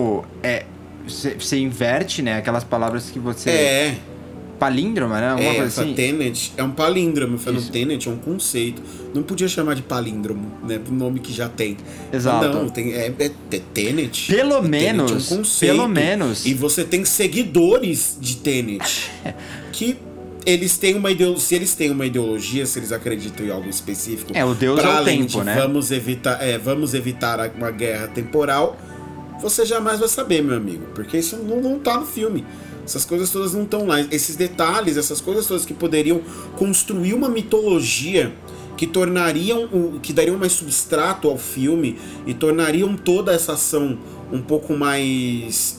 você inverte, né? Aquelas palavras que você... Palíndroma, né? Alguma coisa assim. Tenet é um palíndromo. Falando Tenet é um conceito. Não podia chamar de palíndromo, né? Pro nome que já tem. Exato. Não, é Tenet. Pelo menos. Tenet é um conceito. Pelo menos. E você tem seguidores de Tenet. Que eles têm uma ideologia. Se eles têm uma ideologia, se eles acreditam em algo específico. O Deus é o tempo, né? Vamos evitar uma guerra temporal. Você jamais vai saber, meu amigo. Porque isso não tá no filme. Essas coisas todas não estão lá. Esses detalhes, essas coisas todas que poderiam construir uma mitologia que dariam mais substrato ao filme e tornariam toda essa ação um pouco mais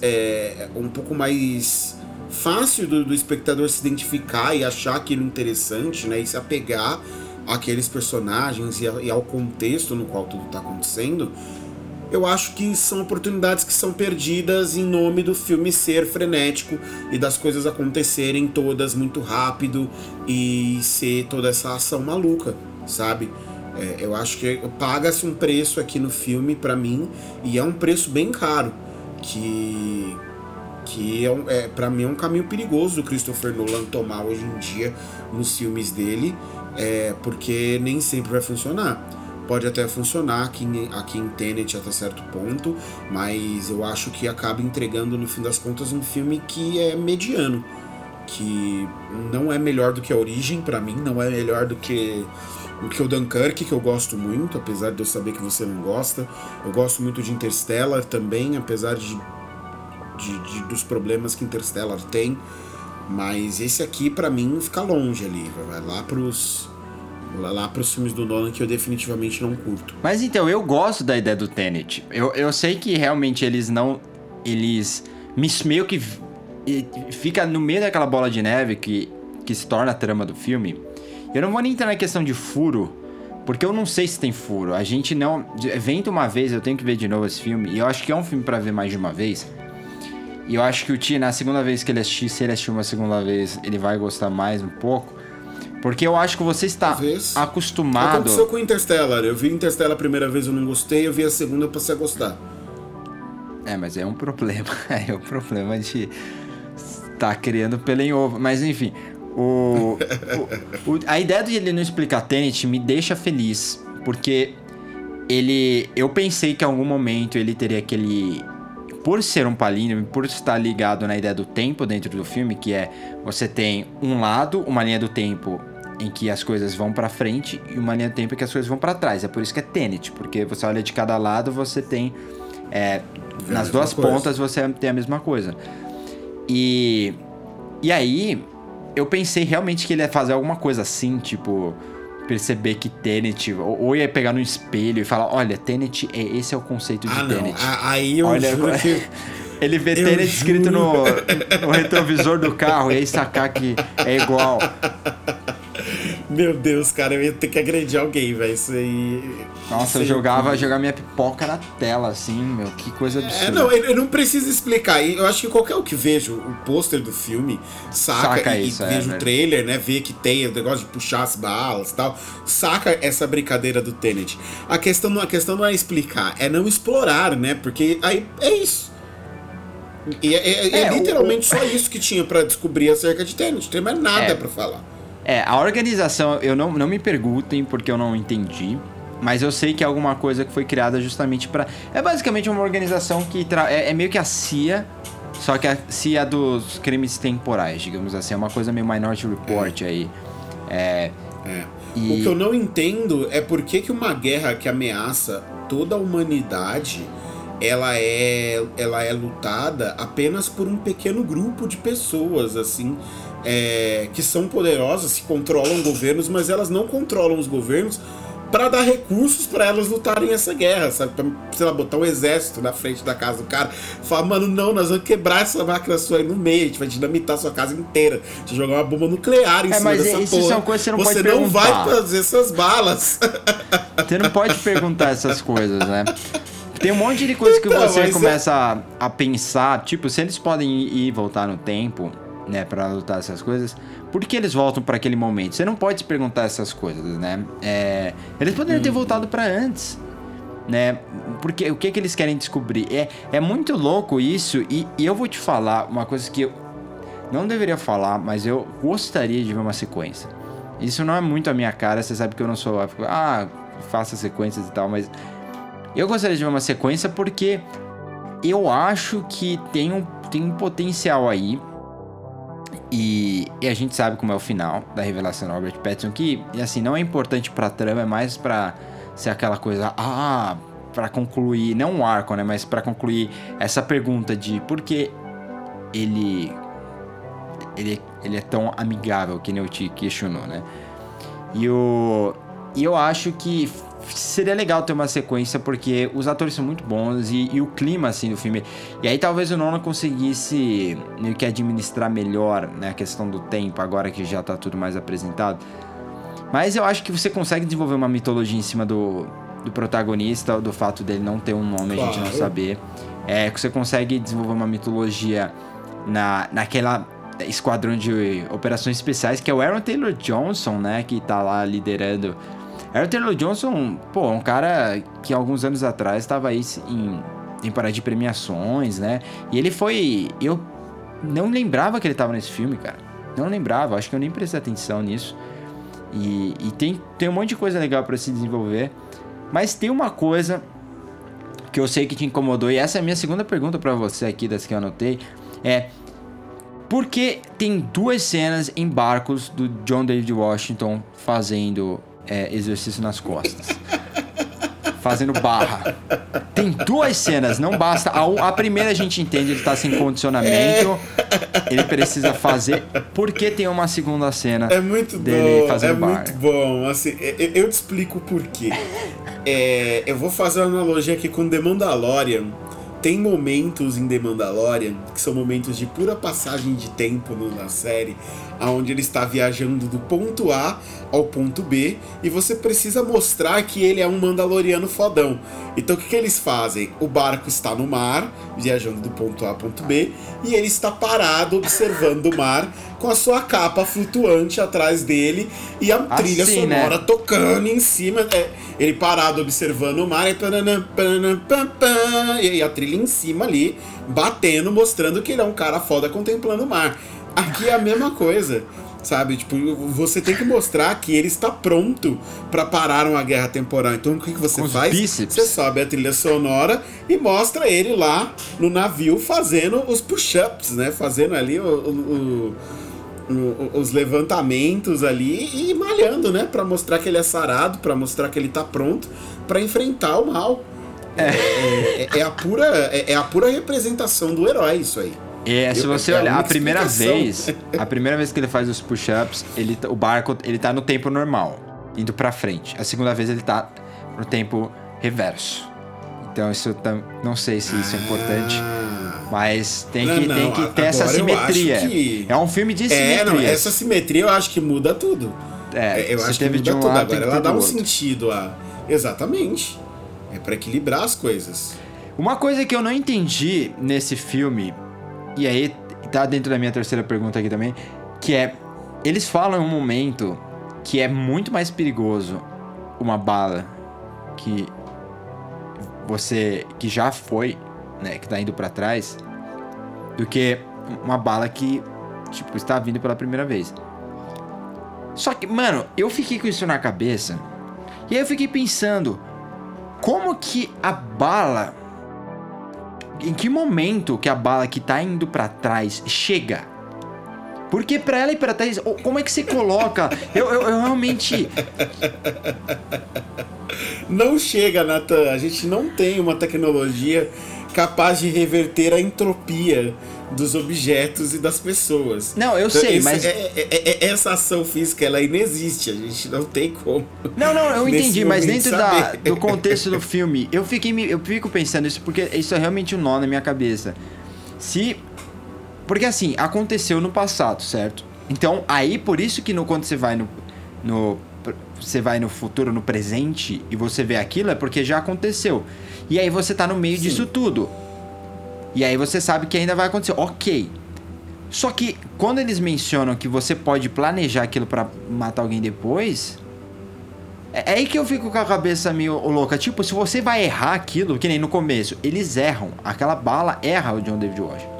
fácil do espectador se identificar e achar aquilo interessante, né? E se apegar àqueles personagens e ao contexto no qual tudo está acontecendo. Eu acho que são oportunidades que são perdidas em nome do filme ser frenético e das coisas acontecerem todas muito rápido e ser toda essa ação maluca, sabe? Eu acho que paga-se um preço aqui no filme pra mim, e é um preço bem caro, que pra mim é um caminho perigoso do Christopher Nolan tomar hoje em dia nos filmes dele, porque nem sempre vai funcionar. Pode até funcionar aqui em Tenet até certo ponto, mas eu acho que acaba entregando, no fim das contas, um filme que é mediano, que não é melhor do que A Origem, pra mim, não é melhor do que o Dunkirk, que eu gosto muito, apesar de eu saber que você não gosta. Eu gosto muito de Interstellar também, apesar dos problemas que Interstellar tem, mas esse aqui, pra mim, fica longe ali, vai lá pros filmes do Nolan que eu definitivamente não curto. Mas então, eu gosto da ideia do Tenet. Eu sei que realmente eles meio que fica no meio daquela bola de neve que se torna a trama do filme. Eu não vou nem entrar na questão de furo, porque eu não sei se tem furo. A gente não... Vento uma vez, eu tenho que ver de novo esse filme, e eu acho que é um filme pra ver mais de uma vez. E eu acho que o Ti, na segunda vez que ele assistir, se ele assistir uma segunda vez, ele vai gostar mais um pouco. Porque eu acho que você está acostumado... Aconteceu com Interstellar. Eu vi Interstellar a primeira vez, eu não gostei. Eu vi a segunda, eu passei a gostar. Mas é um problema. É o problema de estar criando pelo em ovo. Mas enfim, a ideia de ele não explicar Tenet me deixa feliz. Porque eu pensei que em algum momento ele teria aquele por ser um palíndromo, por estar ligado na ideia do tempo dentro do filme, que é você tem um lado, uma linha do tempo em que as coisas vão pra frente e uma linha do tempo em que as coisas vão pra trás. É por isso que é Tenet, porque você olha de cada lado, você tem nas duas pontas você tem a mesma coisa. E aí eu pensei realmente que ele ia fazer alguma coisa assim, tipo, perceber que Tenet, ou ia pegar no espelho e falar, olha, Tenet, esse é o conceito de Tenet. Aí eu juro que... Ele vê Tenet escrito no retrovisor do carro e aí sacar que é igual. Meu Deus, cara, eu ia ter que agredir alguém, velho. Isso aí... Nossa, eu jogava minha pipoca na tela, assim, meu. Que coisa absurda. Não, eu não preciso explicar. Eu acho que qualquer um que veja o pôster do filme saca isso, veja o trailer, né? Vê que tem o negócio de puxar as balas e tal. Saca essa brincadeira do Tenet. A questão não é explicar, é não explorar, né? Porque aí é isso. E é literalmente só isso que tinha pra descobrir acerca de Tenet. Não tem mais nada pra falar. A organização, eu não me perguntem porque eu não entendi, mas eu sei que é alguma coisa que foi criada justamente pra... É basicamente uma organização que é meio que a CIA, só que a CIA dos crimes temporais, digamos assim. É uma coisa meio Minority Report aí. O que eu não entendo é por que uma guerra que ameaça toda a humanidade... Ela é lutada apenas por um pequeno grupo de pessoas, assim, que são poderosas, que controlam governos, mas elas não controlam os governos para dar recursos para elas lutarem essa guerra, sabe? Pra, sei lá, botar um exército na frente da casa do cara. Falar, mano, não, nós vamos quebrar essa máquina sua aí no meio, a gente vai dinamitar a sua casa inteira, a gente vai jogar uma bomba nuclear em cima dessa porra. São coisas que você não pode perguntar. Você não vai fazer essas balas. Você não pode perguntar essas coisas, né? Tem um monte de coisa que você começa a pensar, tipo, se eles podem ir e voltar no tempo, né, pra lutar essas coisas, por que eles voltam pra aquele momento? Você não pode se perguntar essas coisas, né? Eles poderiam ter voltado pra antes, né? Porque o que eles querem descobrir? É muito louco isso, e eu vou te falar uma coisa que eu não deveria falar, mas eu gostaria de ver uma sequência. Isso não é muito a minha cara, você sabe que eu não sou... faça sequências e tal, mas... Eu gostaria de ver uma sequência porque eu acho que tem um potencial aí. E a gente sabe como é o final da revelação do Robert Pattinson, que, assim, não é importante pra trama, é mais pra ser aquela coisa... pra concluir, não um arco, né? Mas pra concluir essa pergunta de por que ele é tão amigável, que nem eu te questionou, né? E eu acho que... seria legal ter uma sequência, porque os atores são muito bons e o clima, assim, do filme... E aí talvez o Nolan conseguisse meio que administrar melhor, né, a questão do tempo, agora que já tá tudo mais apresentado. Mas eu acho que você consegue desenvolver uma mitologia em cima do protagonista, do fato dele não ter um nome, claro. A gente não saber. Que você consegue desenvolver uma mitologia naquela esquadrão de operações especiais, que é o Aaron Taylor Johnson, né, que tá lá liderando... Aaron Taylor Johnson, um cara que alguns anos atrás estava aí em temporada de premiações, né? E ele foi... Eu não lembrava que ele estava nesse filme, cara. Não lembrava, acho que eu nem prestei atenção nisso. E tem um monte de coisa legal para se desenvolver. Mas tem uma coisa que eu sei que te incomodou, e essa é a minha segunda pergunta para você aqui, das que eu anotei, por que tem 2 cenas em barcos do John David Washington fazendo... exercício nas costas, fazendo barra. Tem 2 cenas, não basta. A primeira a gente entende, ele tá sem condicionamento, ele precisa fazer. Por que tem uma segunda cena dele fazendo barra? Muito bom, assim, eu te explico o porquê. Eu vou fazer uma analogia aqui com The Mandalorian. Tem momentos em The Mandalorian que são momentos de pura passagem de tempo na série, onde ele está viajando do ponto A ao ponto B e você precisa mostrar que ele é um mandaloriano fodão. Então o que eles fazem? O barco está no mar, viajando do ponto A ao ponto B, e ele está parado observando o mar com a sua capa flutuante atrás dele e a trilha sonora, né, tocando em cima. Ele parado observando o mar e a trilha em cima ali, batendo, mostrando que ele é um cara foda contemplando o mar. Aqui é a mesma coisa. Sabe? Tipo, você tem que mostrar que ele está pronto pra parar uma guerra temporal. Então, o que você faz? Bíceps. Você sobe a trilha sonora e mostra ele lá no navio fazendo os push-ups, né? Fazendo ali os levantamentos ali e malhando, né? Pra mostrar que ele é sarado, pra mostrar que ele tá pronto pra enfrentar o mal. É a pura representação do herói, isso aí. Se você olhar, a primeira vez que ele faz os push-ups, o barco ele tá no tempo normal, indo pra frente. A segunda vez ele tá no tempo reverso. Então isso não sei se isso é importante, mas tem que ter essa simetria. É um filme de simetria. Essa simetria eu acho que muda tudo. Eu acho que muda tudo. Agora ela dá um sentido exatamente. É pra equilibrar as coisas. Uma coisa que eu não entendi nesse filme, e aí tá dentro da minha terceira pergunta aqui também, que é, eles falam em um momento que é muito mais perigoso uma bala que já foi, né, que tá indo pra trás, do que uma bala que, tipo, está vindo pela primeira vez. Só que, mano, eu fiquei com isso na cabeça, e aí eu fiquei pensando, como que a bala... Em que momento que a bala que tá indo pra trás chega? Porque pra ela ir pra trás, como é que você coloca? Eu realmente... Não chega, Nathan. A gente não tem uma tecnologia capaz de reverter a entropia dos objetos e das pessoas. Não, eu sei, mas... Essa ação física, ela inexiste. A gente não tem como. Não, eu entendi, mas dentro do contexto do filme, eu fico pensando isso, porque isso é realmente um nó na minha cabeça. Porque assim, aconteceu no passado, certo? Então, aí, por isso que quando você vai você vai no futuro, no presente, e você vê aquilo, é porque já aconteceu. E aí você tá no meio disso tudo. E aí você sabe que ainda vai acontecer. Ok. Só que quando eles mencionam que você pode planejar aquilo pra matar alguém depois, é aí que eu fico com a cabeça meio louca. Tipo, se você vai errar aquilo, que nem no começo, eles erram. Aquela bala erra o John David Washington.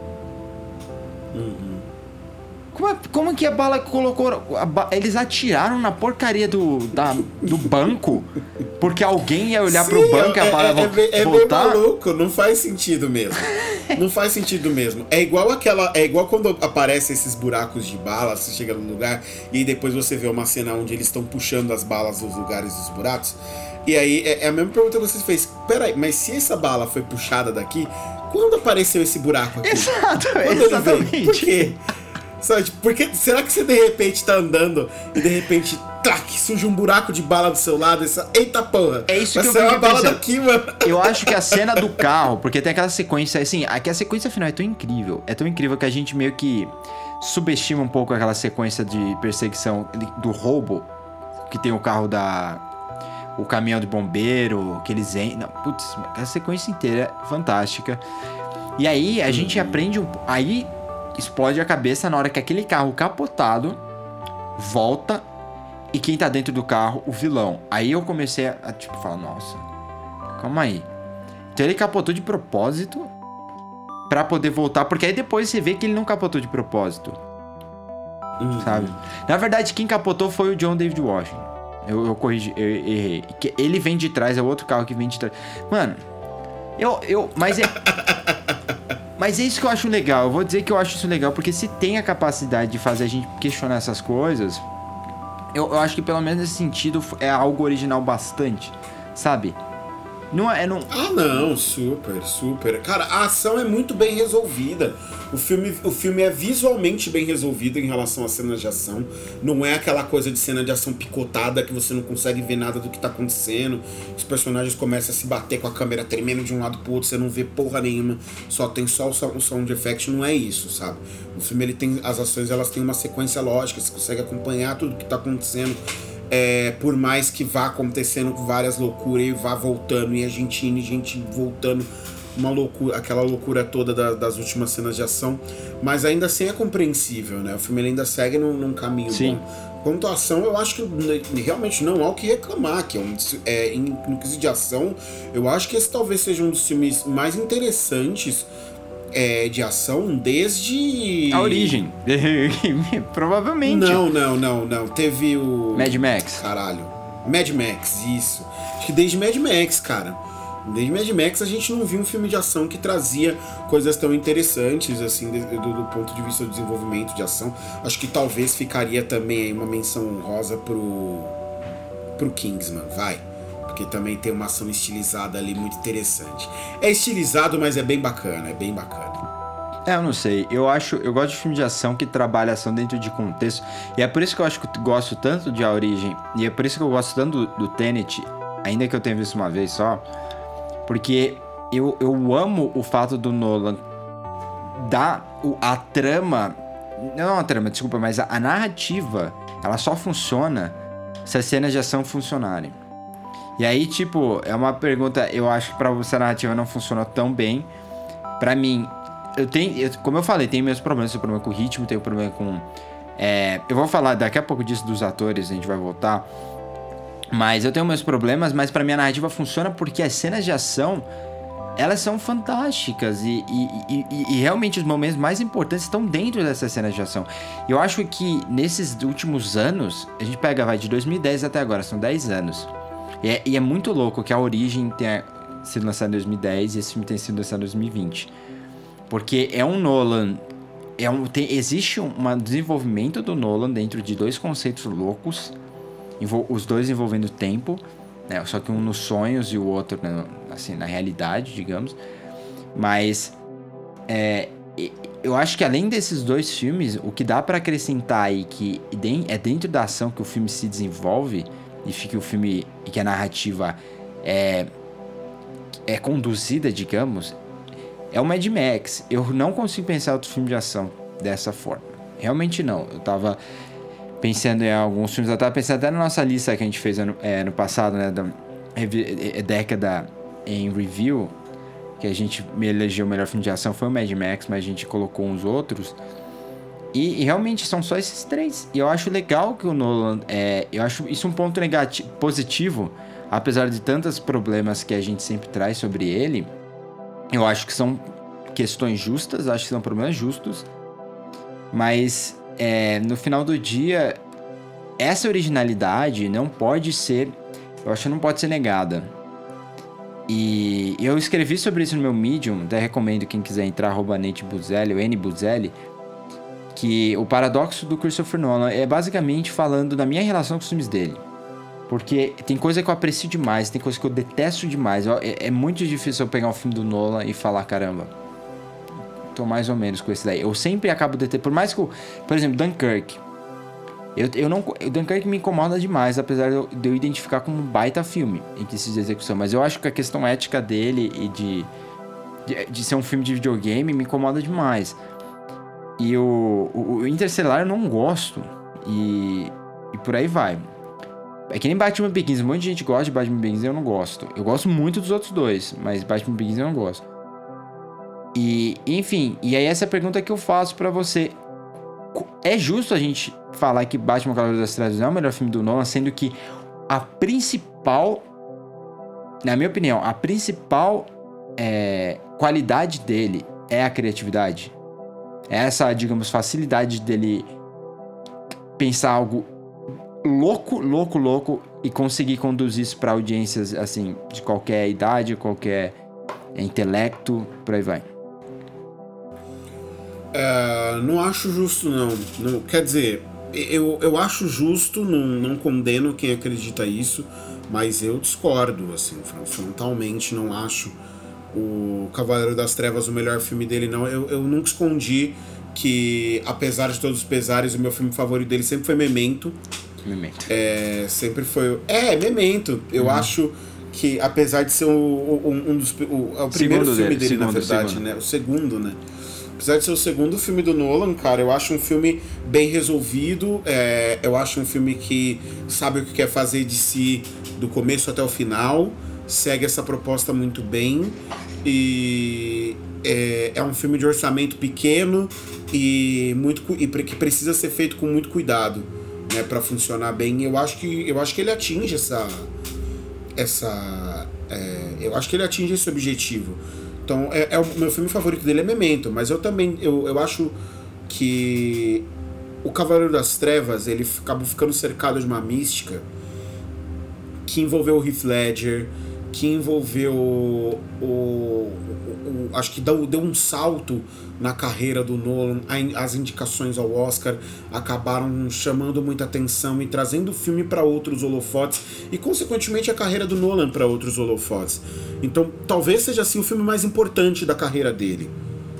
Como que a bala colocou... Eles atiraram na porcaria do banco porque alguém ia olhar pro banco e a bala voltar? É meio maluco, não faz sentido mesmo. Não faz sentido mesmo. É igual quando aparecem esses buracos de bala, você chega num lugar e depois você vê uma cena onde eles estão puxando as balas dos lugares dos buracos. E aí é a mesma pergunta que você fez. Peraí, mas se essa bala foi puxada daqui, quando apareceu esse buraco aqui? Exato, exatamente. Por quê? Sabe, porque será que você de repente tá andando e de repente surge um buraco de bala do seu lado e eita porra, é isso que eu fiquei uma bala pensando. Daqui, mano. Eu acho que a cena do carro, porque tem aquela sequência assim, aqui a sequência final é tão incrível que a gente meio que subestima um pouco aquela sequência de perseguição do roubo, que tem o carro o caminhão de bombeiro, que eles entram, putz, aquela sequência inteira é fantástica. E aí a gente aprende aí explode a cabeça na hora que aquele carro capotado volta e quem tá dentro do carro, o vilão. Aí eu comecei a tipo, falar, nossa, calma aí. Então ele capotou de propósito pra poder voltar, porque aí depois você vê que ele não capotou de propósito. Sabe? Na verdade, quem capotou foi o John David Washington. Eu corrigi, eu errei. Ele vem de trás, é o outro carro que vem de trás. Mano, Mas é isso que eu acho legal. Eu vou dizer que eu acho isso legal, porque se tem a capacidade de fazer a gente questionar essas coisas, eu acho que pelo menos nesse sentido é algo original bastante, sabe? Não. Ah, não, super. Cara, a ação é muito bem resolvida. O filme é visualmente bem resolvido em relação às cenas de ação. Não é aquela coisa de cena de ação picotada que você não consegue ver nada do que tá acontecendo. Os personagens começam a se bater com a câmera tremendo de um lado pro outro, você não vê porra nenhuma. Tem só o sound effect, não é isso, sabe? O filme, ele tem... As ações, elas têm uma sequência lógica, você consegue acompanhar tudo que tá acontecendo. Por mais que vá acontecendo várias loucuras e vá voltando, e a gente voltando, uma loucura, aquela loucura toda das últimas cenas de ação, mas ainda assim é compreensível, né? O filme ainda segue num caminho bom. Quanto à ação, eu acho que realmente não há o que reclamar, que no quesito de ação, eu acho que esse talvez seja um dos filmes mais interessantes de ação desde... A Origem. Provavelmente. Não. Teve o... Mad Max. Caralho. Mad Max, isso. Acho que desde Mad Max, cara. Desde Mad Max a gente não viu um filme de ação que trazia coisas tão interessantes, assim, do ponto de vista do desenvolvimento de ação. Acho que talvez ficaria também aí uma menção honrosa pro Kingsman, vai. Porque também tem uma ação estilizada ali muito interessante. É estilizado, mas é bem bacana, Eu não sei, eu gosto de filme de ação que trabalha ação dentro de contexto, e é por isso que eu acho que eu gosto tanto de A Origem, e é por isso que eu gosto tanto do Tenet, ainda que eu tenha visto uma vez só, porque eu amo o fato do Nolan dar a trama, não a trama, desculpa, mas a narrativa, ela só funciona se as cenas de ação funcionarem. E aí, tipo, é uma pergunta, eu acho que pra você a narrativa não funciona tão bem. Pra mim, como eu falei, tem meus problemas. Tenho problema com o ritmo, tenho problema com... eu vou falar daqui a pouco disso dos atores, a gente vai voltar. Mas eu tenho meus problemas, mas pra mim a narrativa funciona porque as cenas de ação, elas são fantásticas. E realmente os momentos mais importantes estão dentro dessas cenas de ação. Eu acho que nesses últimos anos, a gente vai de 2010 até agora, são 10 anos. E é muito louco que A Origem tenha sido lançado em 2010 e esse filme tenha sido lançado em 2020. Porque é um Nolan... existe um desenvolvimento do Nolan dentro de dois conceitos loucos, os dois envolvendo tempo, né? Só que um nos sonhos e o outro assim, na realidade, digamos. Mas eu acho que além desses dois filmes, o que dá pra acrescentar aí que é dentro da ação que o filme se desenvolve... e fica o filme e que a narrativa é conduzida, digamos, é o Mad Max. Eu não consigo pensar outro filme de ação dessa forma. Realmente não. Eu tava pensando em alguns filmes, eu tava pensando até na nossa lista que a gente fez no passado, né, da década em review, que a gente elegeu o melhor filme de ação, foi o Mad Max, mas a gente colocou uns outros. E realmente são só esses três. E eu acho legal que o Nolan... eu acho isso um ponto positivo, apesar de tantos problemas que a gente sempre traz sobre ele. Eu acho que são questões justas, acho que são problemas justos. Mas no final do dia, essa originalidade não pode ser... eu acho que não pode ser negada. E eu escrevi sobre isso no meu Medium, até recomendo quem quiser entrar, @NateBuzelli, ou NBuzelli, que o paradoxo do Christopher Nolan é basicamente falando da minha relação com os filmes dele. Porque tem coisa que eu aprecio demais, tem coisa que eu detesto demais. É muito difícil eu pegar um filme do Nolan e falar, caramba, tô mais ou menos com esse daí. Eu sempre acabo detestando, por mais que por exemplo, Dunkirk. O Dunkirk me incomoda demais, apesar de eu identificar como um baita filme em que se execução. Mas eu acho que a questão ética dele e de ser um filme de videogame me incomoda demais. E o Interstellar eu não gosto. E por aí vai. É que nem Batman Begins. Um monte de gente gosta de Batman Begins e eu não gosto. Eu gosto muito dos outros dois, mas Batman Begins eu não gosto. E enfim, e aí essa é a pergunta que eu faço pra você. É justo a gente falar que Batman Cavaleiro das Trevas é o melhor filme do Nolan, sendo que a principal, na minha opinião, a principal qualidade dele é a criatividade? Essa, digamos, facilidade dele pensar algo louco e conseguir conduzir isso para audiências, assim, de qualquer idade, qualquer intelecto, por aí vai. Não acho justo, não. Quer dizer, eu acho justo, não condeno quem acredita isso, mas eu discordo, assim, frontalmente não acho o Cavaleiro das Trevas o melhor filme dele, não. Eu nunca escondi que, apesar de todos os pesares, o meu filme favorito dele sempre foi Memento. Sempre foi... Memento. Eu acho que, apesar de ser o primeiro filme dele, na verdade, né? O segundo, né? Apesar de ser o segundo filme do Nolan, cara, eu acho um filme bem resolvido. Eu acho um filme que sabe o que quer fazer de si do começo até o final. Segue essa proposta muito bem. E é um filme de orçamento pequeno e que precisa ser feito com muito cuidado, né, para funcionar bem. Eu acho que ele atinge eu acho que ele atinge esse objetivo. Então, o meu filme favorito dele é Memento, mas eu também, eu acho que o Cavaleiro das Trevas, ele acabou ficando cercado de uma mística que envolveu o Heath Ledger, que envolveu acho que deu um salto na carreira do Nolan. As indicações ao Oscar acabaram chamando muita atenção e trazendo o filme para outros holofotes e, consequentemente, a carreira do Nolan para outros holofotes. Então, talvez seja assim o filme mais importante da carreira dele.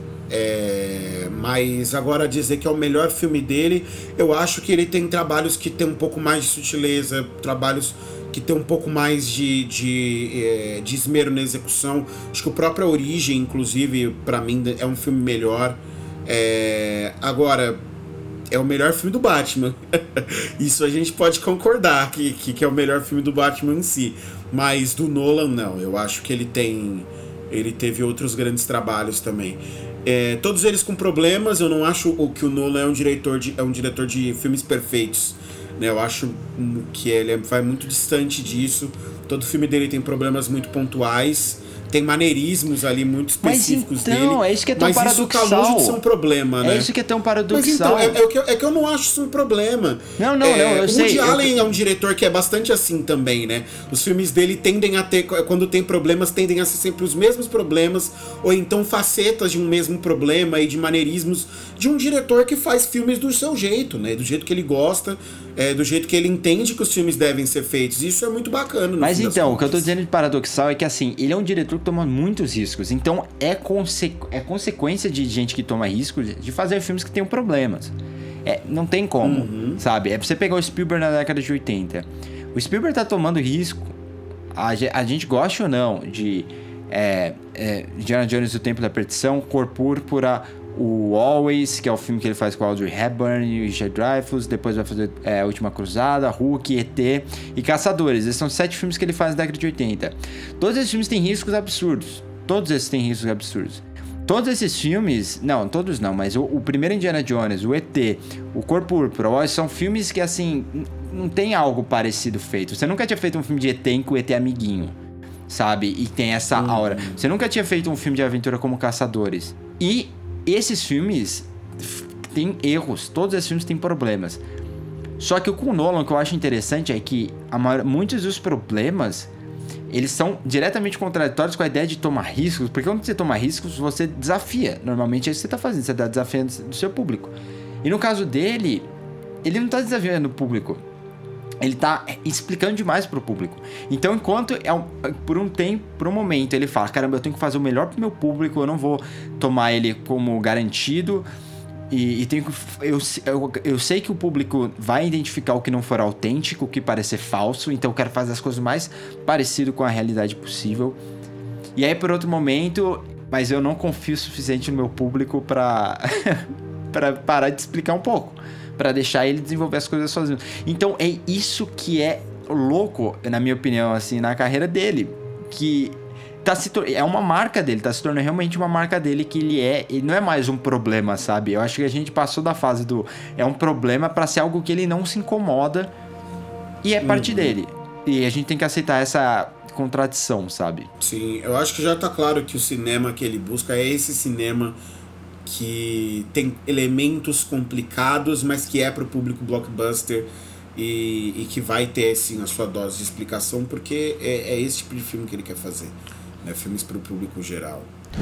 Mas agora dizer que é o melhor filme dele, eu acho que ele tem trabalhos que tem um pouco mais de sutileza, trabalhos que tem um pouco mais de esmero na execução. Acho que o próprio Origem, inclusive, pra mim é um filme melhor. Agora, é o melhor filme do Batman. Isso a gente pode concordar que é o melhor filme do Batman em si. Mas do Nolan, não. Eu acho que ele teve outros grandes trabalhos também. Todos eles com problemas. Eu não acho que o Nolan é um diretor de filmes perfeitos. Eu acho que ele vai muito distante disso. Todo filme dele tem problemas muito pontuais. Tem maneirismos ali muito específicos dele. Mas então, é isso que é tão paradoxal. Isso tá longe de ser um problema, né? É isso que é tão paradoxal. Mas então, é que eu não acho isso um problema. Não, eu sei. O Woody Allen é um diretor que é bastante assim também, né? Os filmes dele tendem a ter, quando tem problemas, tendem a ser sempre os mesmos problemas, ou então facetas de um mesmo problema e de maneirismos de um diretor que faz filmes do seu jeito, né? Do jeito que ele gosta, do jeito que ele entende que os filmes devem ser feitos. Isso é muito bacana. Mas então, o que eu tô dizendo de paradoxal é que, assim, ele é um diretor que toma muitos riscos. Então, é consequência de gente que toma riscos de fazer filmes que tenham problemas. Não tem como, sabe? Você pegar o Spielberg na década de 80. O Spielberg tá tomando risco, a gente gosta ou não, de Indiana Jones e o Templo da Perdição, Cor Púrpura, o Always, que é o filme que ele faz com o Audrey Hepburn e o Richard Dreyfuss. Depois vai fazer A Última Cruzada, Hulk, ET e Caçadores. Esses são 7 filmes que ele faz na década de 80. Todos esses filmes têm riscos absurdos. Todos esses filmes... Não, todos não, mas o primeiro Indiana Jones, o ET, o Cor Púrpura, o Always, são filmes que, assim, não tem algo parecido feito. Você nunca tinha feito um filme de ET em que o ET é amiguinho, sabe? E tem essa aura. Você nunca tinha feito um filme de aventura como Caçadores. E esses filmes têm erros, todos esses filmes têm problemas. Só que com o Nolan, o que eu acho interessante é que muitos dos problemas, eles são diretamente contraditórios com a ideia de tomar riscos, porque quando você toma riscos, você desafia. Normalmente é isso que você está fazendo, você está desafiando o seu público. E no caso dele, ele não está desafiando o público, ele tá explicando demais pro público. Então, enquanto por um momento ele fala, caramba, eu tenho que fazer o melhor pro meu público, eu não vou tomar ele como garantido, e eu sei que o público vai identificar o que não for autêntico, o que parecer falso, então eu quero fazer as coisas mais parecido com a realidade possível. E aí, por outro momento, mas eu não confio o suficiente no meu público pra parar de explicar um pouco, pra deixar ele desenvolver as coisas sozinho. Então é isso que é louco, na minha opinião, assim, na carreira dele, que é uma marca dele, tá se tornando realmente uma marca dele, que ele não é mais um problema, sabe? Eu acho que a gente passou da fase do é um problema pra ser algo que ele não se incomoda e é parte dele. E a gente tem que aceitar essa contradição, sabe? Sim, eu acho que já tá claro que o cinema que ele busca é esse cinema que tem elementos complicados, mas que é pro público blockbuster e que vai ter, sim, a sua dose de explicação, porque é esse tipo de filme que ele quer fazer, né? Filmes pro público geral.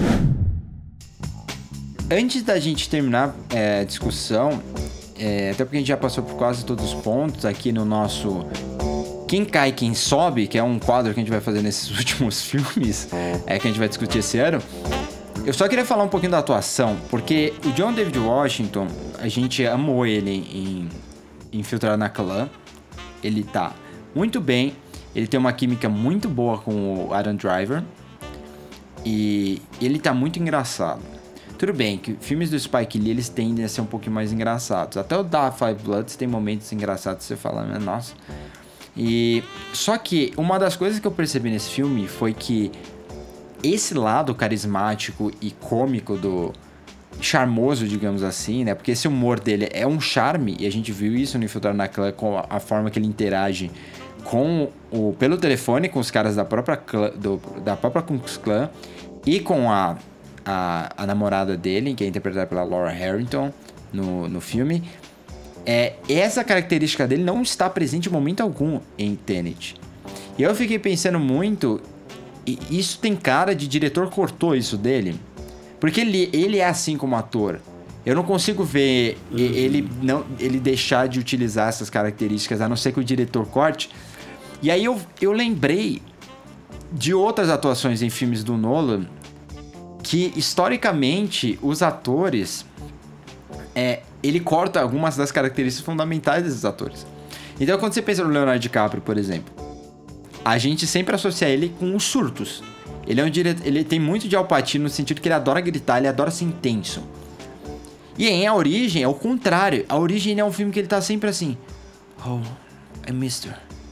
Antes da gente terminar a discussão, até porque a gente já passou por quase todos os pontos aqui no nosso Quem Cai, Quem Sobe, que é um quadro que a gente vai fazer nesses últimos filmes, que a gente vai discutir esse ano. Eu só queria falar um pouquinho da atuação, porque o John David Washington, a gente amou ele em Infiltrado na Clã. Ele tá muito bem, ele tem uma química muito boa com o Adam Driver, e ele tá muito engraçado. Tudo bem que filmes do Spike Lee, eles tendem a ser um pouquinho mais engraçados. Até o Da Five Bloods tem momentos engraçados que você fala, nossa. Só que uma das coisas que eu percebi nesse filme foi que esse lado carismático e cômico charmoso, digamos assim, né? Porque esse humor dele é um charme, e a gente viu isso no Infiltrado na Clã, com a forma que ele interage pelo telefone com os caras da própria Ku Klux Klan. e com a namorada dele, que é interpretada pela Laura Harrington no filme. Essa característica dele não está presente em momento algum em Tenet. E eu fiquei pensando muito, e isso tem cara de diretor cortou isso dele, porque ele é assim como ator. Eu não consigo ver ele deixar de utilizar essas características, a não ser que o diretor corte. E aí eu lembrei de outras atuações em filmes do Nolan, que historicamente os atores... ele corta algumas das características fundamentais desses atores. Então, quando você pensa no Leonardo DiCaprio, por exemplo, a gente sempre associa ele com os surtos. Ele tem muito de Al Pacino no sentido que ele adora gritar, ele adora ser intenso. E em A Origem é o contrário. A Origem é um filme que ele tá sempre assim: oh, mister,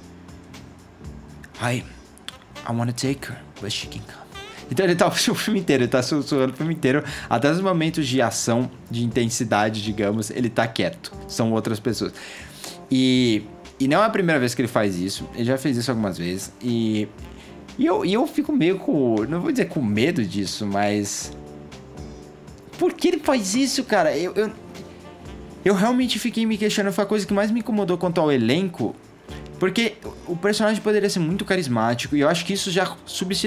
I wanna take her, but she can come. Então ele tá o filme inteiro, ele tá sussurrando o filme inteiro. Até os momentos de ação, de intensidade, digamos, ele tá quieto. São outras pessoas. E não é a primeira vez que ele faz isso. Ele já fez isso algumas vezes. E eu fico meio com... Não vou dizer com medo disso, mas... Por que ele faz isso, cara? Eu realmente fiquei me questionando. Foi a coisa que mais me incomodou quanto ao elenco. Porque o personagem poderia ser muito carismático. E eu acho que isso já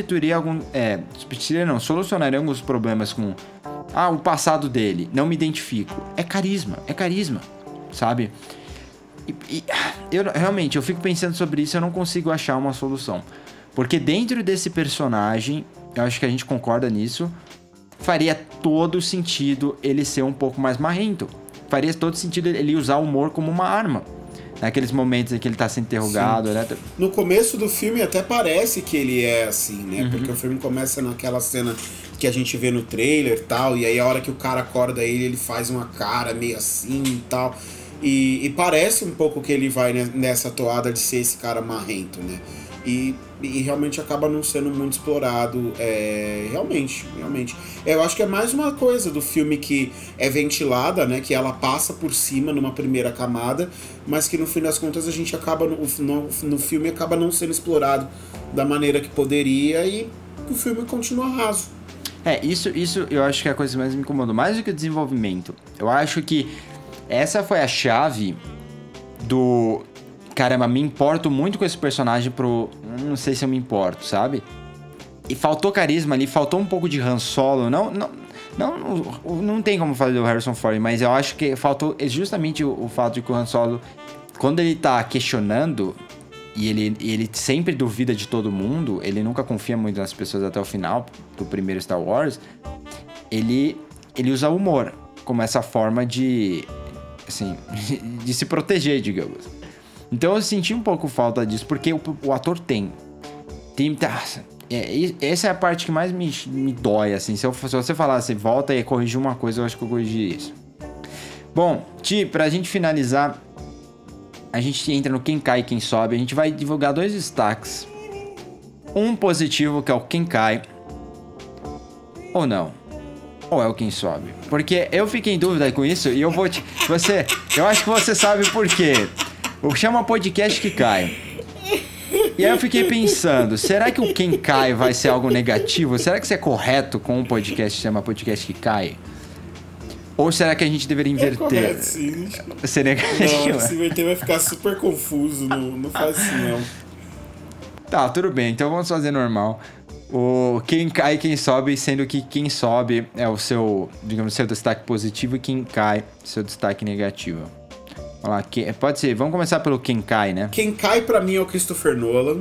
solucionaria alguns problemas com... o passado dele. Não me identifico. É carisma, sabe? Eu fico pensando sobre isso. Eu não consigo achar uma solução. Porque dentro desse personagem, eu acho que a gente concorda nisso, faria todo sentido ele ser um pouco mais marrento. Faria todo sentido ele usar o humor como uma arma. Naqueles momentos em que ele tá sendo interrogado, né? No começo do filme até parece que ele é assim, né? Uhum. Porque o filme começa naquela cena que a gente vê no trailer e tal, e aí a hora que o cara acorda ele faz uma cara meio assim e tal. E parece um pouco que ele vai nessa toada de ser esse cara marrento, né? E realmente acaba não sendo muito explorado. Realmente. Eu acho que é mais uma coisa do filme que é ventilada, né? Que ela passa por cima numa primeira camada, mas que no fim das contas a gente acaba no filme acaba não sendo explorado da maneira que poderia, e o filme continua raso. Isso eu acho que é a coisa que mais me incomodou, mais do que o desenvolvimento. Eu acho que essa foi a chave do... Caramba, me importo muito com esse personagem não sei se eu me importo, sabe? E faltou carisma ali, faltou um pouco de Han Solo. Não tem como fazer do Harrison Ford, mas eu acho que faltou justamente o fato de que o Han Solo, quando ele tá questionando, e ele sempre duvida de todo mundo, ele nunca confia muito nas pessoas até o final do primeiro Star Wars, ele usa o humor como essa forma de se proteger, digamos. Então eu senti um pouco falta disso, porque o ator tem. Essa é a parte que mais me dói, assim. Se você falasse, volta e corrigir uma coisa, eu acho que eu corrigi isso. Bom, Ti, pra gente finalizar, a gente entra no quem cai e quem sobe. A gente vai divulgar 2 destaques. Um positivo, que é o quem cai, ou não. Ou é o quem sobe. Porque eu fiquei em dúvida com isso, e eu vou eu acho que você sabe por quê. Chama podcast que cai. E aí eu fiquei pensando, será que o quem cai vai ser algo negativo? Será que isso é correto com um podcast que chama podcast que cai? Ou será que a gente deveria inverter? É correto, sim. Ser negativo? Não, se inverter vai ficar super confuso, não faz isso não. Tá, tudo bem, então vamos fazer normal. O quem cai e quem sobe, sendo que quem sobe é o seu, digamos, seu destaque positivo, e quem cai, seu destaque negativo. Vamos lá, pode ser, vamos começar pelo quem cai, né? Quem cai pra mim é o Christopher Nolan.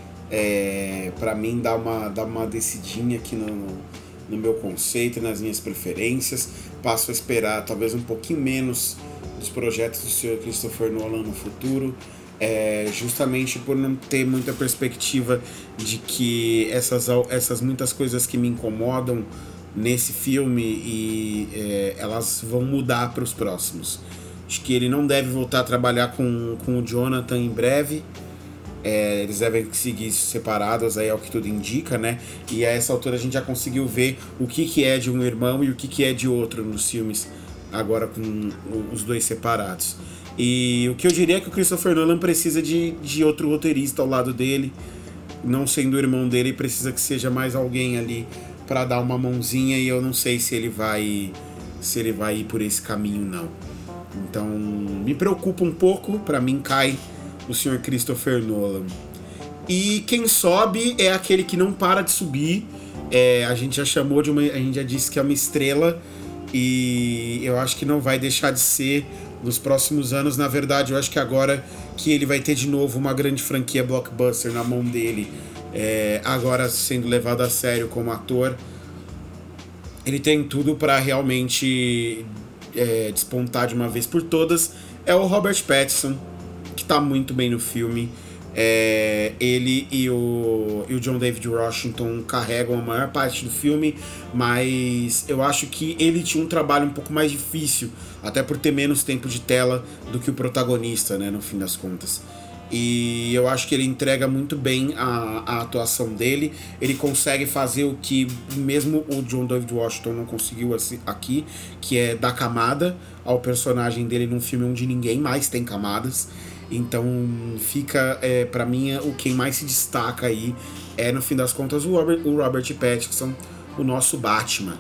Pra mim dá uma descidinha aqui no meu conceito, nas minhas preferências. Passo a esperar talvez um pouquinho menos dos projetos do Sr. Christopher Nolan no futuro. Justamente por não ter muita perspectiva de que essas muitas coisas que me incomodam nesse filme elas vão mudar para os próximos. Acho que ele não deve voltar a trabalhar com o Jonathan em breve. Eles devem seguir separados, aí é o que tudo indica, né? E a essa altura a gente já conseguiu ver o que é de um irmão e o que é de outro nos filmes, agora com os dois separados. E o que eu diria é que o Christopher Nolan precisa de outro roteirista ao lado dele, não sendo o irmão dele, precisa que seja mais alguém ali pra dar uma mãozinha e eu não sei se ele vai ir por esse caminho, não. Então, me preocupa um pouco. Pra mim, cai o Sr. Christopher Nolan. E quem sobe é aquele que não para de subir. A gente já chamou a gente já disse que é uma estrela. E eu acho que não vai deixar de ser nos próximos anos. Na verdade, eu acho que agora que ele vai ter de novo uma grande franquia blockbuster na mão dele, agora sendo levado a sério como ator, ele tem tudo para realmente despontar de uma vez por todas. É o Robert Pattinson, que tá muito bem no filme. Ele e o John David Washington carregam a maior parte do filme, mas eu acho que ele tinha um trabalho um pouco mais difícil, até por ter menos tempo de tela do que o protagonista, né, no fim das contas. E eu acho que ele entrega muito bem a atuação dele. Ele consegue fazer o que mesmo o John David Washington não conseguiu aqui, que é dar camada ao personagem dele num filme onde ninguém mais tem camadas. Então fica, pra mim, o quem mais se destaca aí no fim das contas, o Robert Pattinson, o nosso Batman.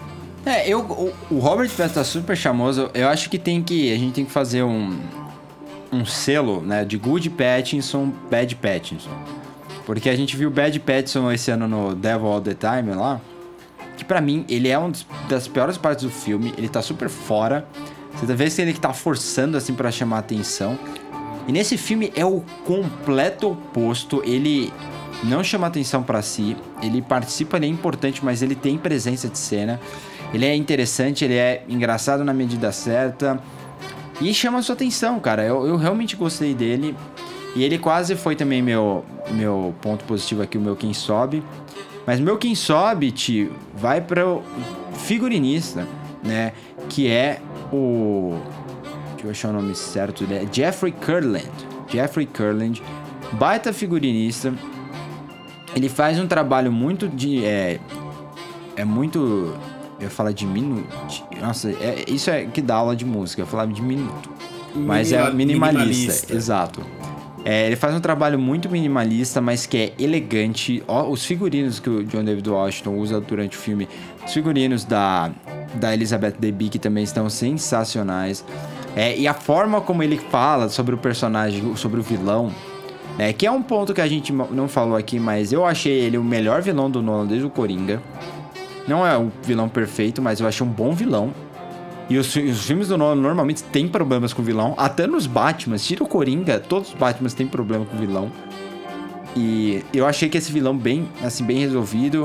O Robert Pattinson tá super charmoso. Eu acho que a gente tem que fazer um selo, né, de Good Pattinson, Bad Pattinson. Porque a gente viu Bad Pattinson esse ano no Devil All the Time lá, que pra mim ele é uma das piores partes do filme. Ele tá super fora. Você vê que ele tá forçando assim pra chamar atenção. E nesse filme é o completo oposto. Ele não chama atenção pra si, ele participa, ele é importante, mas ele tem presença de cena. Ele é interessante, ele é engraçado na medida certa e chama a sua atenção, cara. Eu realmente gostei dele. E ele quase foi também meu ponto positivo aqui, o meu quem sobe. Mas meu quem sobe, tio, vai para o figurinista, né? Que é o... Deixa eu achar o nome certo dele. Jeffrey Kurland. Jeffrey Kurland, baita figurinista. Ele faz um trabalho muito de... muito... Eu ia falar de minuto. Nossa, isso é que dá aula de música. Eu falava de minuto. Mas é minimalista. Exato. Ele faz um trabalho muito minimalista, mas que é elegante. Os figurinos que o John David Washington usa durante o filme, os figurinos da Elizabeth Debicki também estão sensacionais. E a forma como ele fala sobre o personagem, sobre o vilão, que é um ponto que a gente não falou aqui, mas eu achei ele o melhor vilão do Nolan desde o Coringa. Não é um vilão perfeito, mas eu achei um bom vilão. E os filmes do Nolan normalmente têm problemas com o vilão. Até nos Batman, tira o Coringa, todos os Batman têm problema com o vilão. E eu achei que esse vilão bem resolvido.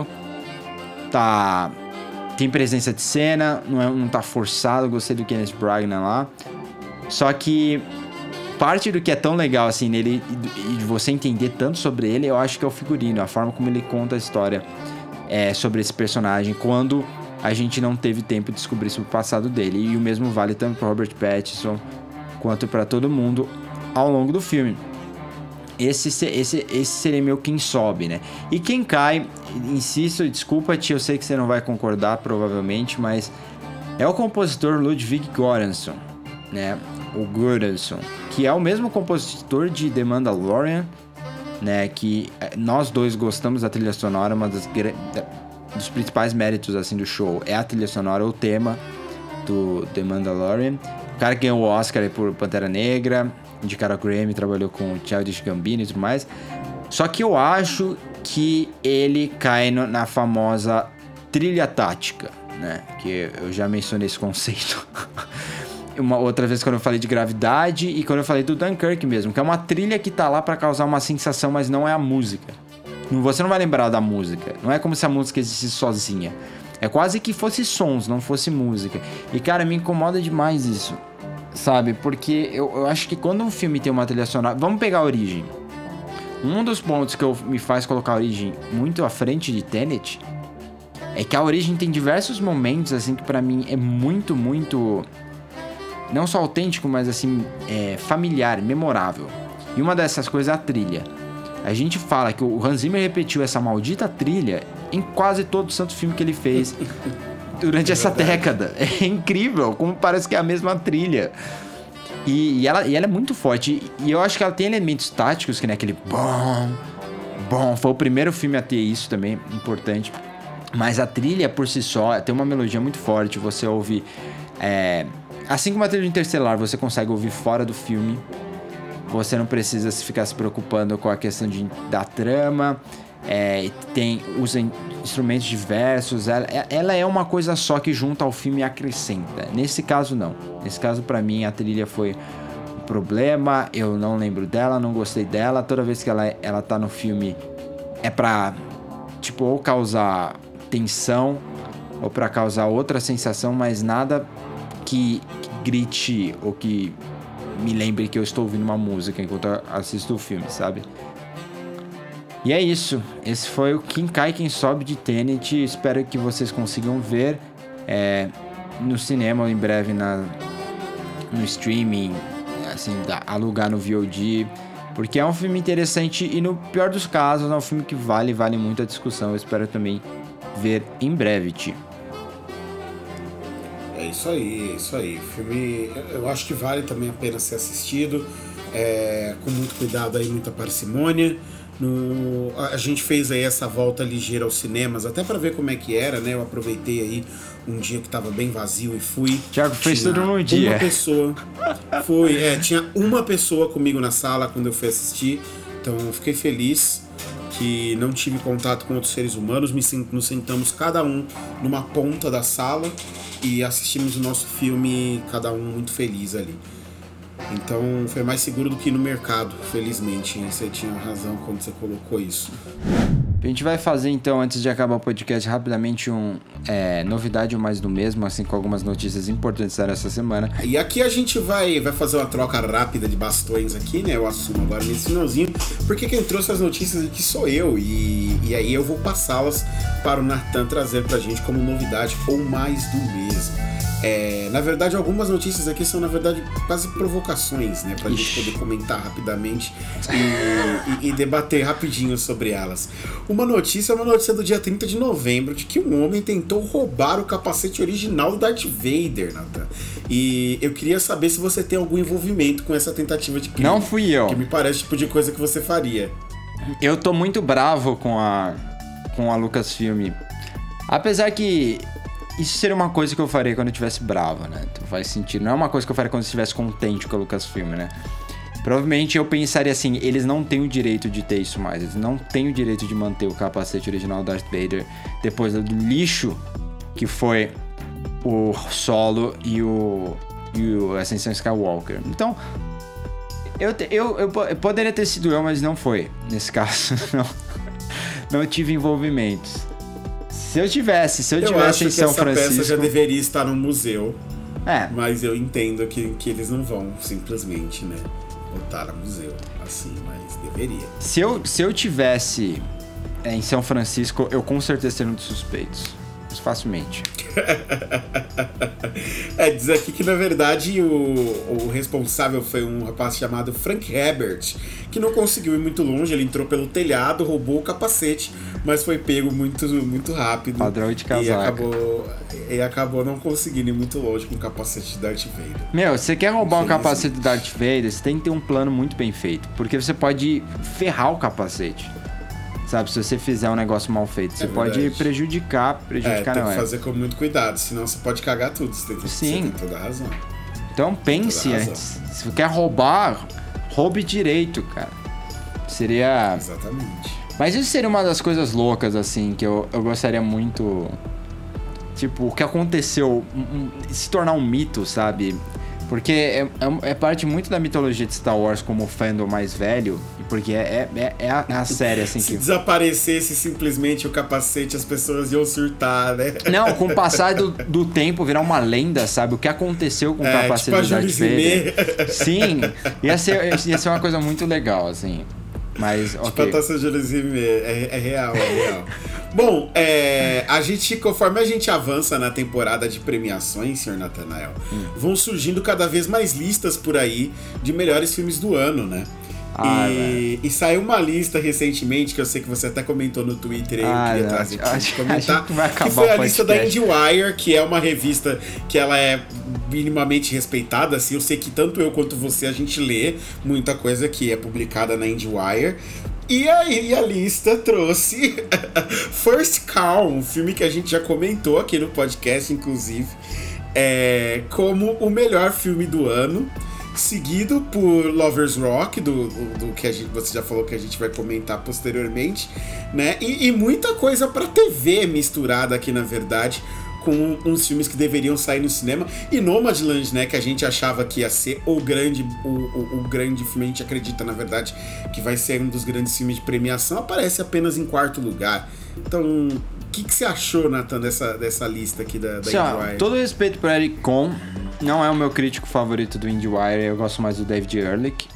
Tem presença de cena, não tá forçado. Gostei do Kenneth Branagh lá. Só que parte do que é tão legal assim nele e de você entender tanto sobre ele, eu acho que é o figurino, a forma como ele conta a história sobre esse personagem, quando a gente não teve tempo de descobrir sobre o passado dele. E o mesmo vale tanto para Robert Pattinson quanto para todo mundo ao longo do filme. Esse seria meu quem sobe, né? E quem cai, insisto, desculpa, tia, eu sei que você não vai concordar provavelmente, mas é o compositor Ludwig Göransson, né? O Göransson, que é o mesmo compositor de The Mandalorian, né? Que nós dois gostamos da trilha sonora, uma dos principais méritos assim do show é a trilha sonora, o tema do The Mandalorian. O cara ganhou o Oscar por Pantera Negra, indicaram a Grammy, trabalhou com o Childish Gambino e tudo mais. Só que eu acho que ele cai na famosa trilha tática, né? Que eu já mencionei esse conceito uma outra vez quando eu falei de Gravidade e quando eu falei do Dunkirk mesmo, que é uma trilha que tá lá pra causar uma sensação, mas não é a música. Você não vai lembrar da música. Não é como se a música existisse sozinha. É quase que fosse sons, não fosse música. E, cara, me incomoda demais isso, sabe? Porque eu acho que quando um filme tem uma trilha sonora... Vamos pegar a Origem. Um dos pontos que me faz colocar a Origem muito à frente de Tenet é que a Origem tem diversos momentos, assim, que pra mim é muito, muito... Não só autêntico, mas, assim, familiar, memorável. E uma dessas coisas é a trilha. A gente fala que o Hans Zimmer repetiu essa maldita trilha em quase todo o santo filme que ele fez durante essa década. É incrível, como parece que é a mesma trilha. E ela é muito forte. E eu acho que ela tem elementos táticos, que nem aquele bom. Foi o primeiro filme a ter isso também, importante. Mas a trilha por si só tem uma melodia muito forte, você ouve... assim como a trilha Interstellar, você consegue ouvir fora do filme. Você não precisa ficar se preocupando com a questão da trama. Usa instrumentos diversos. Ela é uma coisa só que junta ao filme e acrescenta. Nesse caso, não. Nesse caso, pra mim, a trilha foi um problema. Eu não lembro dela, não gostei dela. Toda vez que ela tá no filme é pra, tipo, ou causar tensão ou pra causar outra sensação, mas nada que grite ou que me lembre que eu estou ouvindo uma música enquanto eu assisto o filme, sabe? E é isso. Esse foi o Quem Cai Quem Sobe de Tenet. Espero que vocês consigam ver no cinema ou em breve no streaming, assim, alugar no VOD, porque é um filme interessante e, no pior dos casos, é um filme que vale muito a discussão. Eu espero também ver em breve, Ti. É isso aí. O filme, eu acho que vale também a pena ser assistido, com muito cuidado aí, muita parcimônia. A gente fez aí essa volta ligeira aos cinemas, até pra ver como é que era, né? Eu aproveitei aí um dia que tava bem vazio e fui. Thiago fez tudo num dia. Uma pessoa. Tinha uma pessoa comigo na sala quando eu fui assistir, então eu fiquei feliz que não tive contato com outros seres humanos, nos sentamos cada um numa ponta da sala e assistimos o nosso filme, cada um muito feliz ali. Então foi mais seguro do que no mercado, felizmente. Você tinha razão quando você colocou isso. A gente vai fazer então, antes de acabar o podcast, rapidamente novidade ou mais do mesmo, assim, com algumas notícias importantes dessa semana. E aqui a gente vai fazer uma troca rápida de bastões aqui, né? Eu assumo agora nesse finalzinho, porque quem trouxe as notícias aqui sou eu, e aí eu vou passá-las para o Nathan trazer pra gente como novidade ou mais do mesmo. Na verdade, algumas notícias aqui são, na verdade, quase provocações, né? Pra gente poder comentar rapidamente e debater rapidinho sobre elas. Uma notícia é uma notícia do dia 30 de novembro de que um homem tentou roubar o capacete original do Darth Vader, Nathan. E eu queria saber se você tem algum envolvimento com essa tentativa de crime. Não fui eu. Que me parece o tipo de coisa que você faria. Eu tô muito bravo com a Lucasfilm. Apesar que isso seria uma coisa que eu faria quando eu estivesse bravo, né? Então faz sentido. Não é uma coisa que eu faria quando eu estivesse contente com a Lucasfilm, né? Provavelmente eu pensaria assim, eles não têm o direito de ter isso mais. Eles não têm o direito de manter o capacete original do Darth Vader depois do lixo que foi o Solo e o Ascensão Skywalker. Então, eu poderia ter sido eu, mas não foi. Nesse caso, não tive envolvimentos. Se eu tivesse em São Francisco... essa peça já deveria estar no museu. Mas eu entendo que eles não vão simplesmente, né, botar no museu assim, mas deveria. Se eu tivesse em São Francisco, eu com certeza seria um dos suspeitos. Facilmente. Diz aqui que na verdade o responsável foi um rapaz chamado Frank Herbert, que não conseguiu ir muito longe. Ele entrou pelo telhado, roubou o capacete, mas foi pego muito, muito rápido. Padrão de casaca. E acabou não conseguindo ir muito longe com o capacete de Darth Vader. Meu, você quer roubar um capacete do Darth Vader, você tem que ter um plano muito bem feito, porque você pode ferrar o capacete. Sabe, se você fizer um negócio mal feito, você pode prejudicar tem não que fazer com muito cuidado, senão você pode cagar tudo. Você tem toda a razão. Então pense antes. Se você quer roubar, roube direito, cara. Seria... Exatamente. Mas isso seria uma das coisas loucas, assim, que eu gostaria muito... Tipo, o que aconteceu se tornar um mito, sabe? Porque é parte muito da mitologia de Star Wars como fandom mais velho, porque é a série, assim, se desaparecesse simplesmente o capacete, as pessoas iam surtar, né? Não, com o passar do tempo virar uma lenda, sabe? O que aconteceu com o capacete do Darth Vader. Sim, ia ser uma coisa muito legal, assim. Mas, ok. A taça de é real. Bom, conforme a gente avança na temporada de premiações, Sr. Nathanael, vão surgindo cada vez mais listas por aí de melhores filmes do ano, né? E saiu uma lista recentemente, que eu sei que você até comentou no Twitter, eu queria trazer pra gente comentar, que foi a lista da IndieWire, que é uma revista que ela é minimamente respeitada, assim, eu sei que tanto eu quanto você, a gente lê muita coisa que é publicada na IndieWire, E aí a lista trouxe First Cow, um filme que a gente já comentou aqui no podcast, inclusive, como o melhor filme do ano, seguido por Lovers Rock, do que você já falou que a gente vai comentar posteriormente, né? E muita coisa pra TV misturada aqui, na verdade, com uns filmes que deveriam sair no cinema. E Nomadland, né, que a gente achava que ia ser o grande filme, a gente acredita, na verdade, que vai ser um dos grandes filmes de premiação, aparece apenas em quarto lugar. Então, o que você achou, Nathan, dessa lista aqui da IndieWire? Todo respeito pro Eric Kohn, não é o meu crítico favorito do IndieWire, eu gosto mais do David Ehrlich.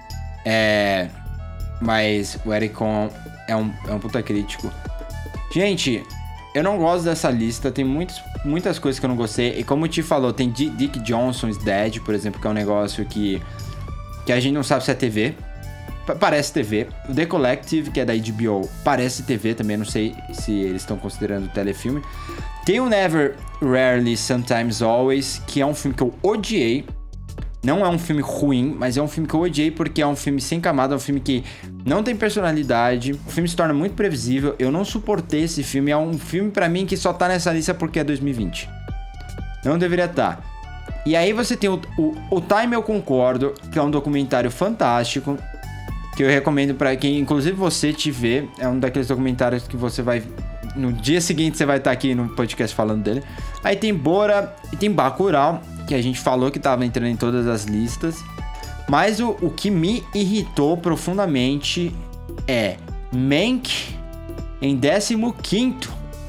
Mas o Eric Kohn é um puta crítico. Gente, eu não gosto dessa lista, tem muitas coisas que eu não gostei. E como o Ti falou, tem Dick Johnson's Dead, por exemplo, que é um negócio que a gente não sabe se é TV. Parece TV. O The Collective, que é da HBO, parece TV também, não sei se eles estão considerando telefilme. Tem o Never, Rarely, Sometimes, Always, que é um filme que eu odiei. Não é um filme ruim, mas é um filme que eu odiei porque é um filme sem camada, é um filme que não tem personalidade, o filme se torna muito previsível, eu não suportei esse filme, é um filme pra mim que só tá nessa lista porque é 2020. Não deveria estar. E aí você tem o Time Eu Concordo, que é um documentário fantástico, que eu recomendo pra quem, inclusive você te vê, é um daqueles documentários que você vai... No dia seguinte você vai estar aqui no podcast falando dele. Aí tem Bora e tem Bacurau, que a gente falou que tava entrando em todas as listas. Mas o que me irritou profundamente é Mank em 15º.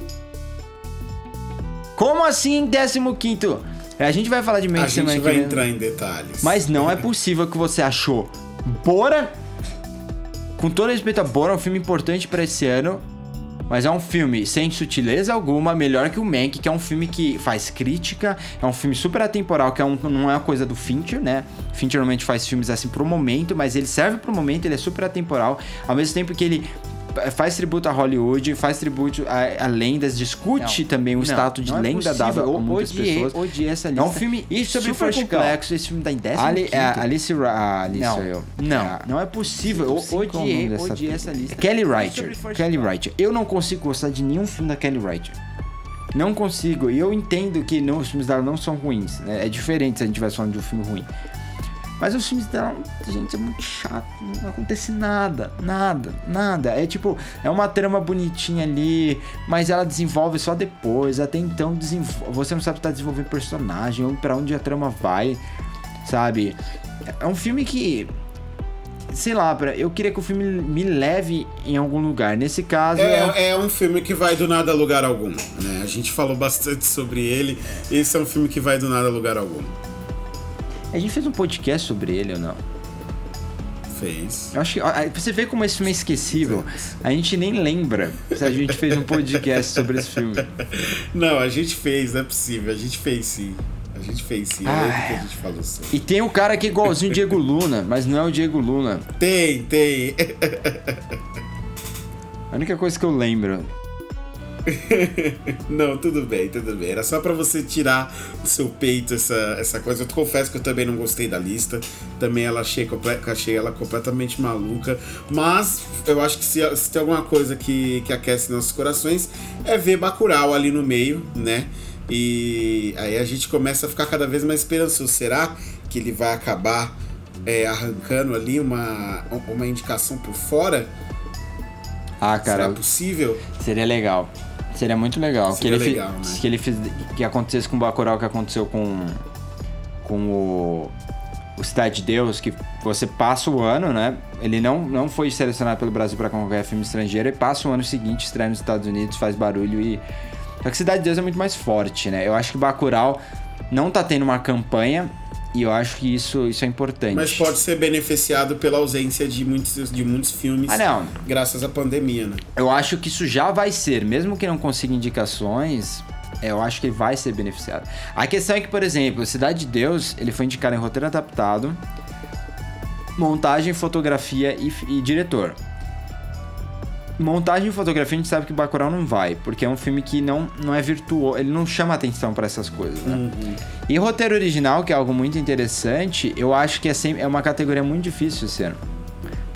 Como assim em 15º? A gente vai falar de Mank semana que vem. A gente vai entrar em detalhes. Mas não é possível que você achou Bora... Com todo respeito a Bora, é um filme importante pra esse ano, mas é um filme sem sutileza alguma, melhor que o Mank, que é um filme que faz crítica, é um filme super atemporal, que não é uma coisa do Fincher, né? Fincher normalmente faz filmes assim pro momento, mas ele serve pro momento, ele é super atemporal, ao mesmo tempo que ele faz tributo a Hollywood, faz tributo a lendas, discute também o status de lenda dado a muitas pessoas. Odiei essa lista. É um filme sobre super complexo, esse filme tá em 15º. Não é possível. Eu odiei essa lista. Kelly Reichardt. Eu não consigo gostar de nenhum filme da Kelly Reichardt. Não consigo. E eu entendo que os filmes dela não são ruins, né? É diferente se a gente estivesse falando de um filme ruim. Mas os filmes dela, gente, é muito chato. Não acontece nada. É tipo, é uma trama bonitinha ali, mas ela desenvolve só depois. Até então, você não sabe se tá desenvolvendo personagem ou pra onde a trama vai, sabe? É um filme que... Sei lá, eu queria que o filme me leve em algum lugar. Nesse caso... É um filme que vai do nada a lugar algum, né? A gente falou bastante sobre ele. Esse é um filme que vai do nada a lugar algum. A gente fez um podcast sobre ele ou não? Fez. Eu acho que você vê como esse filme é esquecível. A gente nem lembra se a gente fez um podcast sobre esse filme. Não, a gente fez, não é possível. A gente fez sim. Eu lembro que a gente falou sobre. E tem o cara que é igualzinho o Diego Luna, mas não é o Diego Luna. Tem. A única coisa que eu lembro. Não, tudo bem. Era só pra você tirar do seu peito essa coisa. Eu te confesso que eu também não gostei da lista. Também achei ela completamente maluca. Mas eu acho que se tem alguma coisa que aquece nossos corações é ver Bacurau ali no meio, né? E aí a gente começa a ficar cada vez mais esperançoso. Será que ele vai acabar arrancando ali uma indicação por fora? Ah, cara. Será possível? Seria legal. Seria muito legal. Seria legal, né? Que acontecesse com o Bacurau, que aconteceu com o Cidade de Deus, que você passa o ano, né? Ele não foi selecionado pelo Brasil para concorrer a filme estrangeiro e passa o ano seguinte, estreia nos Estados Unidos, faz barulho e... Só que Cidade de Deus é muito mais forte, né? Eu acho que Bacurau não tá tendo uma campanha e eu acho que isso é importante. Mas pode ser beneficiado pela ausência de muitos filmes graças à pandemia, né? Eu acho que isso já vai ser, mesmo que não consiga indicações, eu acho que ele vai ser beneficiado. A questão é que, por exemplo, Cidade de Deus, ele foi indicado em roteiro adaptado, montagem, fotografia e diretor. Montagem e fotografia a gente sabe que Bacurau não vai, porque é um filme que não é virtuoso, ele não chama atenção pra essas coisas, né? Uhum. E roteiro original, que é algo muito interessante, eu acho que é uma categoria muito difícil esse ano. Porque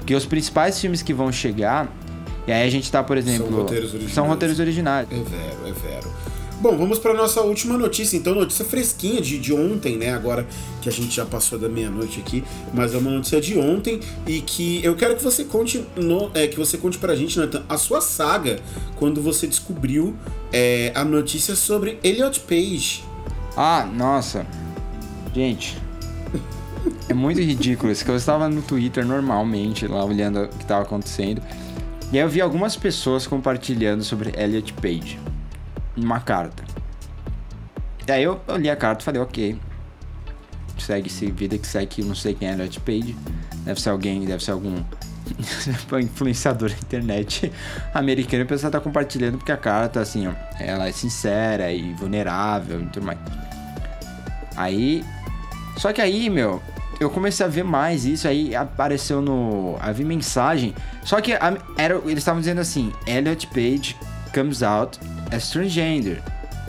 Porque os principais filmes que vão chegar, e aí a gente tá, por exemplo... São roteiros originais. É vero. Bom, vamos para nossa última notícia, então, notícia fresquinha de ontem, né, agora que a gente já passou da meia-noite aqui, mas é uma notícia de ontem e que eu quero que você conte, pra gente, Nathan, a sua saga, quando você descobriu a notícia sobre Elliot Page. Ah, nossa, gente, é muito ridículo isso, que eu estava no Twitter normalmente, lá olhando o que estava acontecendo, e aí eu vi algumas pessoas compartilhando sobre Elliot Page. Uma carta. E aí eu li a carta e falei, ok. Segue-se, vida que segue, não sei quem é Elliot Page. Deve ser algum influenciador da internet americano. E o pessoal tá compartilhando porque a carta, assim, ó, ela é sincera e vulnerável e tudo mais. Aí... Só que aí, eu comecei a ver mais isso, aí apareceu Aí vi mensagem. Só que eles estavam dizendo assim, Elliot Page comes out as transgender.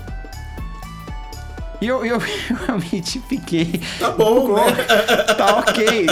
E eu me identifiquei. Tá bom, né? Tá ok.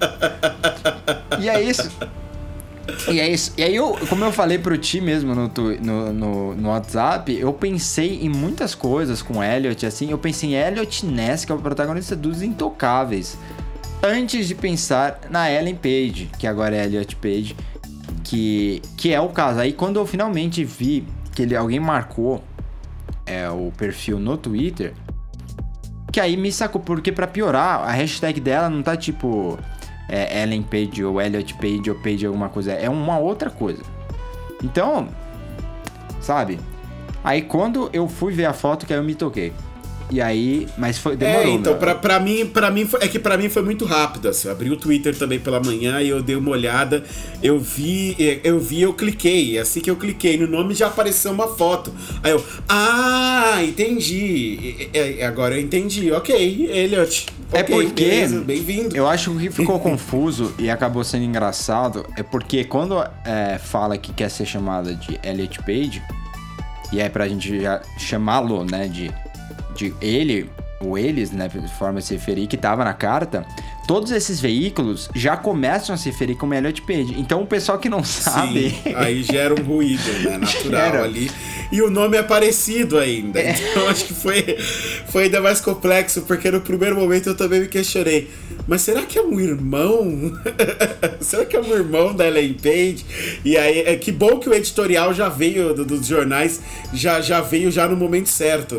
E é isso. E aí, como eu falei pro Ti mesmo no WhatsApp, eu pensei em muitas coisas com Elliot, assim. Eu pensei em Elliot Ness, que é o protagonista dos Intocáveis, antes de pensar na Ellen Page, que agora é Elliot Page, que é o caso. Aí quando eu finalmente vi que alguém marcou o perfil no Twitter, que aí me sacou, porque pra piorar, a hashtag dela não tá tipo Ellen Page ou Elliot Page ou Page alguma coisa, é uma outra coisa. Então, sabe? Aí quando eu fui ver a foto, que aí eu me toquei. E aí, mas demorou. Então, pra mim foi muito rápido, assim. Eu abri o Twitter também pela manhã e eu dei uma olhada, eu vi, eu cliquei. Assim que eu cliquei no nome, já apareceu uma foto. Aí eu, entendi. Agora eu entendi, ok, Elliot. Porque, beleza, bem-vindo. Eu acho que ficou confuso e acabou sendo engraçado, é porque quando fala que quer ser chamada de Elliot Page, e é pra gente já chamá-lo, né, de ele, ou eles, né, de forma de se referir, que tava na carta, todos esses veículos já começam a se referir como Elliot Page. Então o pessoal que não sabe... Sim, aí gera um ruído, né, natural ali. E o nome é parecido ainda. Então acho que foi ainda mais complexo, porque no primeiro momento eu também me questionei. Mas será que é um irmão? Será que é um irmão da Ellen Page? E aí, que bom que o editorial já veio dos jornais, já veio já no momento certo,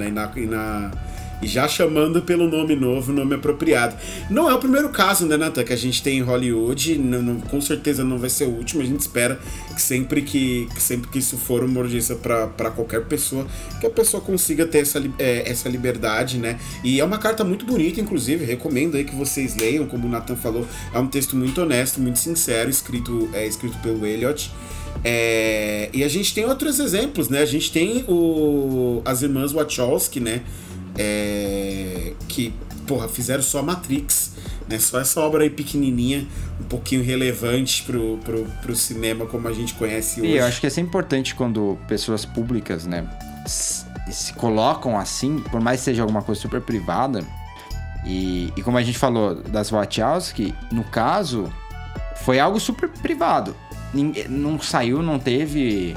e já chamando pelo nome novo, nome apropriado. Não é o primeiro caso, né, Nathan, que a gente tem em Hollywood, com certeza não vai ser o último. A gente espera que sempre que isso for uma urgência para qualquer pessoa, que a pessoa consiga ter essa liberdade, né? E é uma carta muito bonita, inclusive, recomendo aí que vocês leiam, como o Nathan falou, é um texto muito honesto, muito sincero, escrito pelo Elliot. E a gente tem outros exemplos, né? A gente tem as irmãs Wachowski, né? Que, fizeram só Matrix, né? Só essa obra aí pequenininha, um pouquinho relevante pro cinema como a gente conhece hoje. E eu acho que é sempre importante quando pessoas públicas, né, se colocam assim, por mais que seja alguma coisa super privada, e como a gente falou das Wachowski, no caso, foi algo super privado. Não saiu, não teve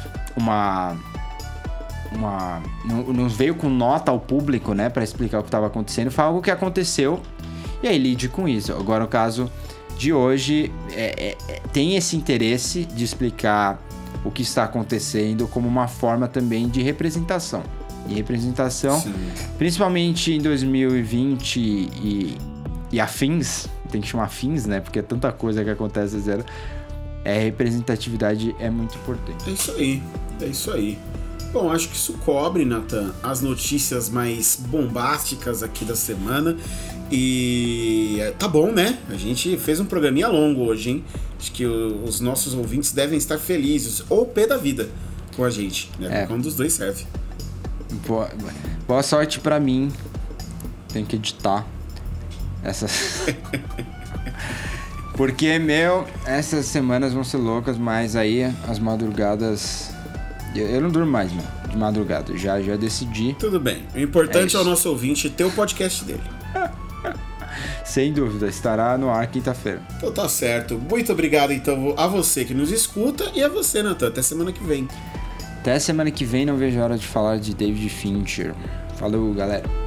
não veio com nota ao público, né, pra explicar o que estava acontecendo. Foi algo que aconteceu e aí lide com isso. Agora, no caso de hoje, tem esse interesse de explicar o que está acontecendo como uma forma também de representação. E representação, sim, principalmente em 2020 e afins, tem que chamar afins, né, porque é tanta coisa que acontece zero. Representatividade é muito importante. É isso aí. Bom, acho que isso cobre, Nathan, as notícias mais bombásticas aqui da semana. E tá bom, né? A gente fez um programinha longo hoje, hein? Acho que os nossos ouvintes devem estar felizes, ou pé da vida, com a gente, né? Um dos dois serve. Boa sorte pra mim. Tem que editar essas... Porque, essas semanas vão ser loucas, mas aí as madrugadas... Eu não durmo mais, de madrugada. Já decidi. Tudo bem. O importante é o nosso ouvinte ter o podcast dele. Sem dúvida, estará no ar quinta-feira. Então tá certo. Muito obrigado, então, a você que nos escuta e a você, Nathan. Até semana que vem. Até semana que vem, não vejo a hora de falar de David Fincher. Falou, galera.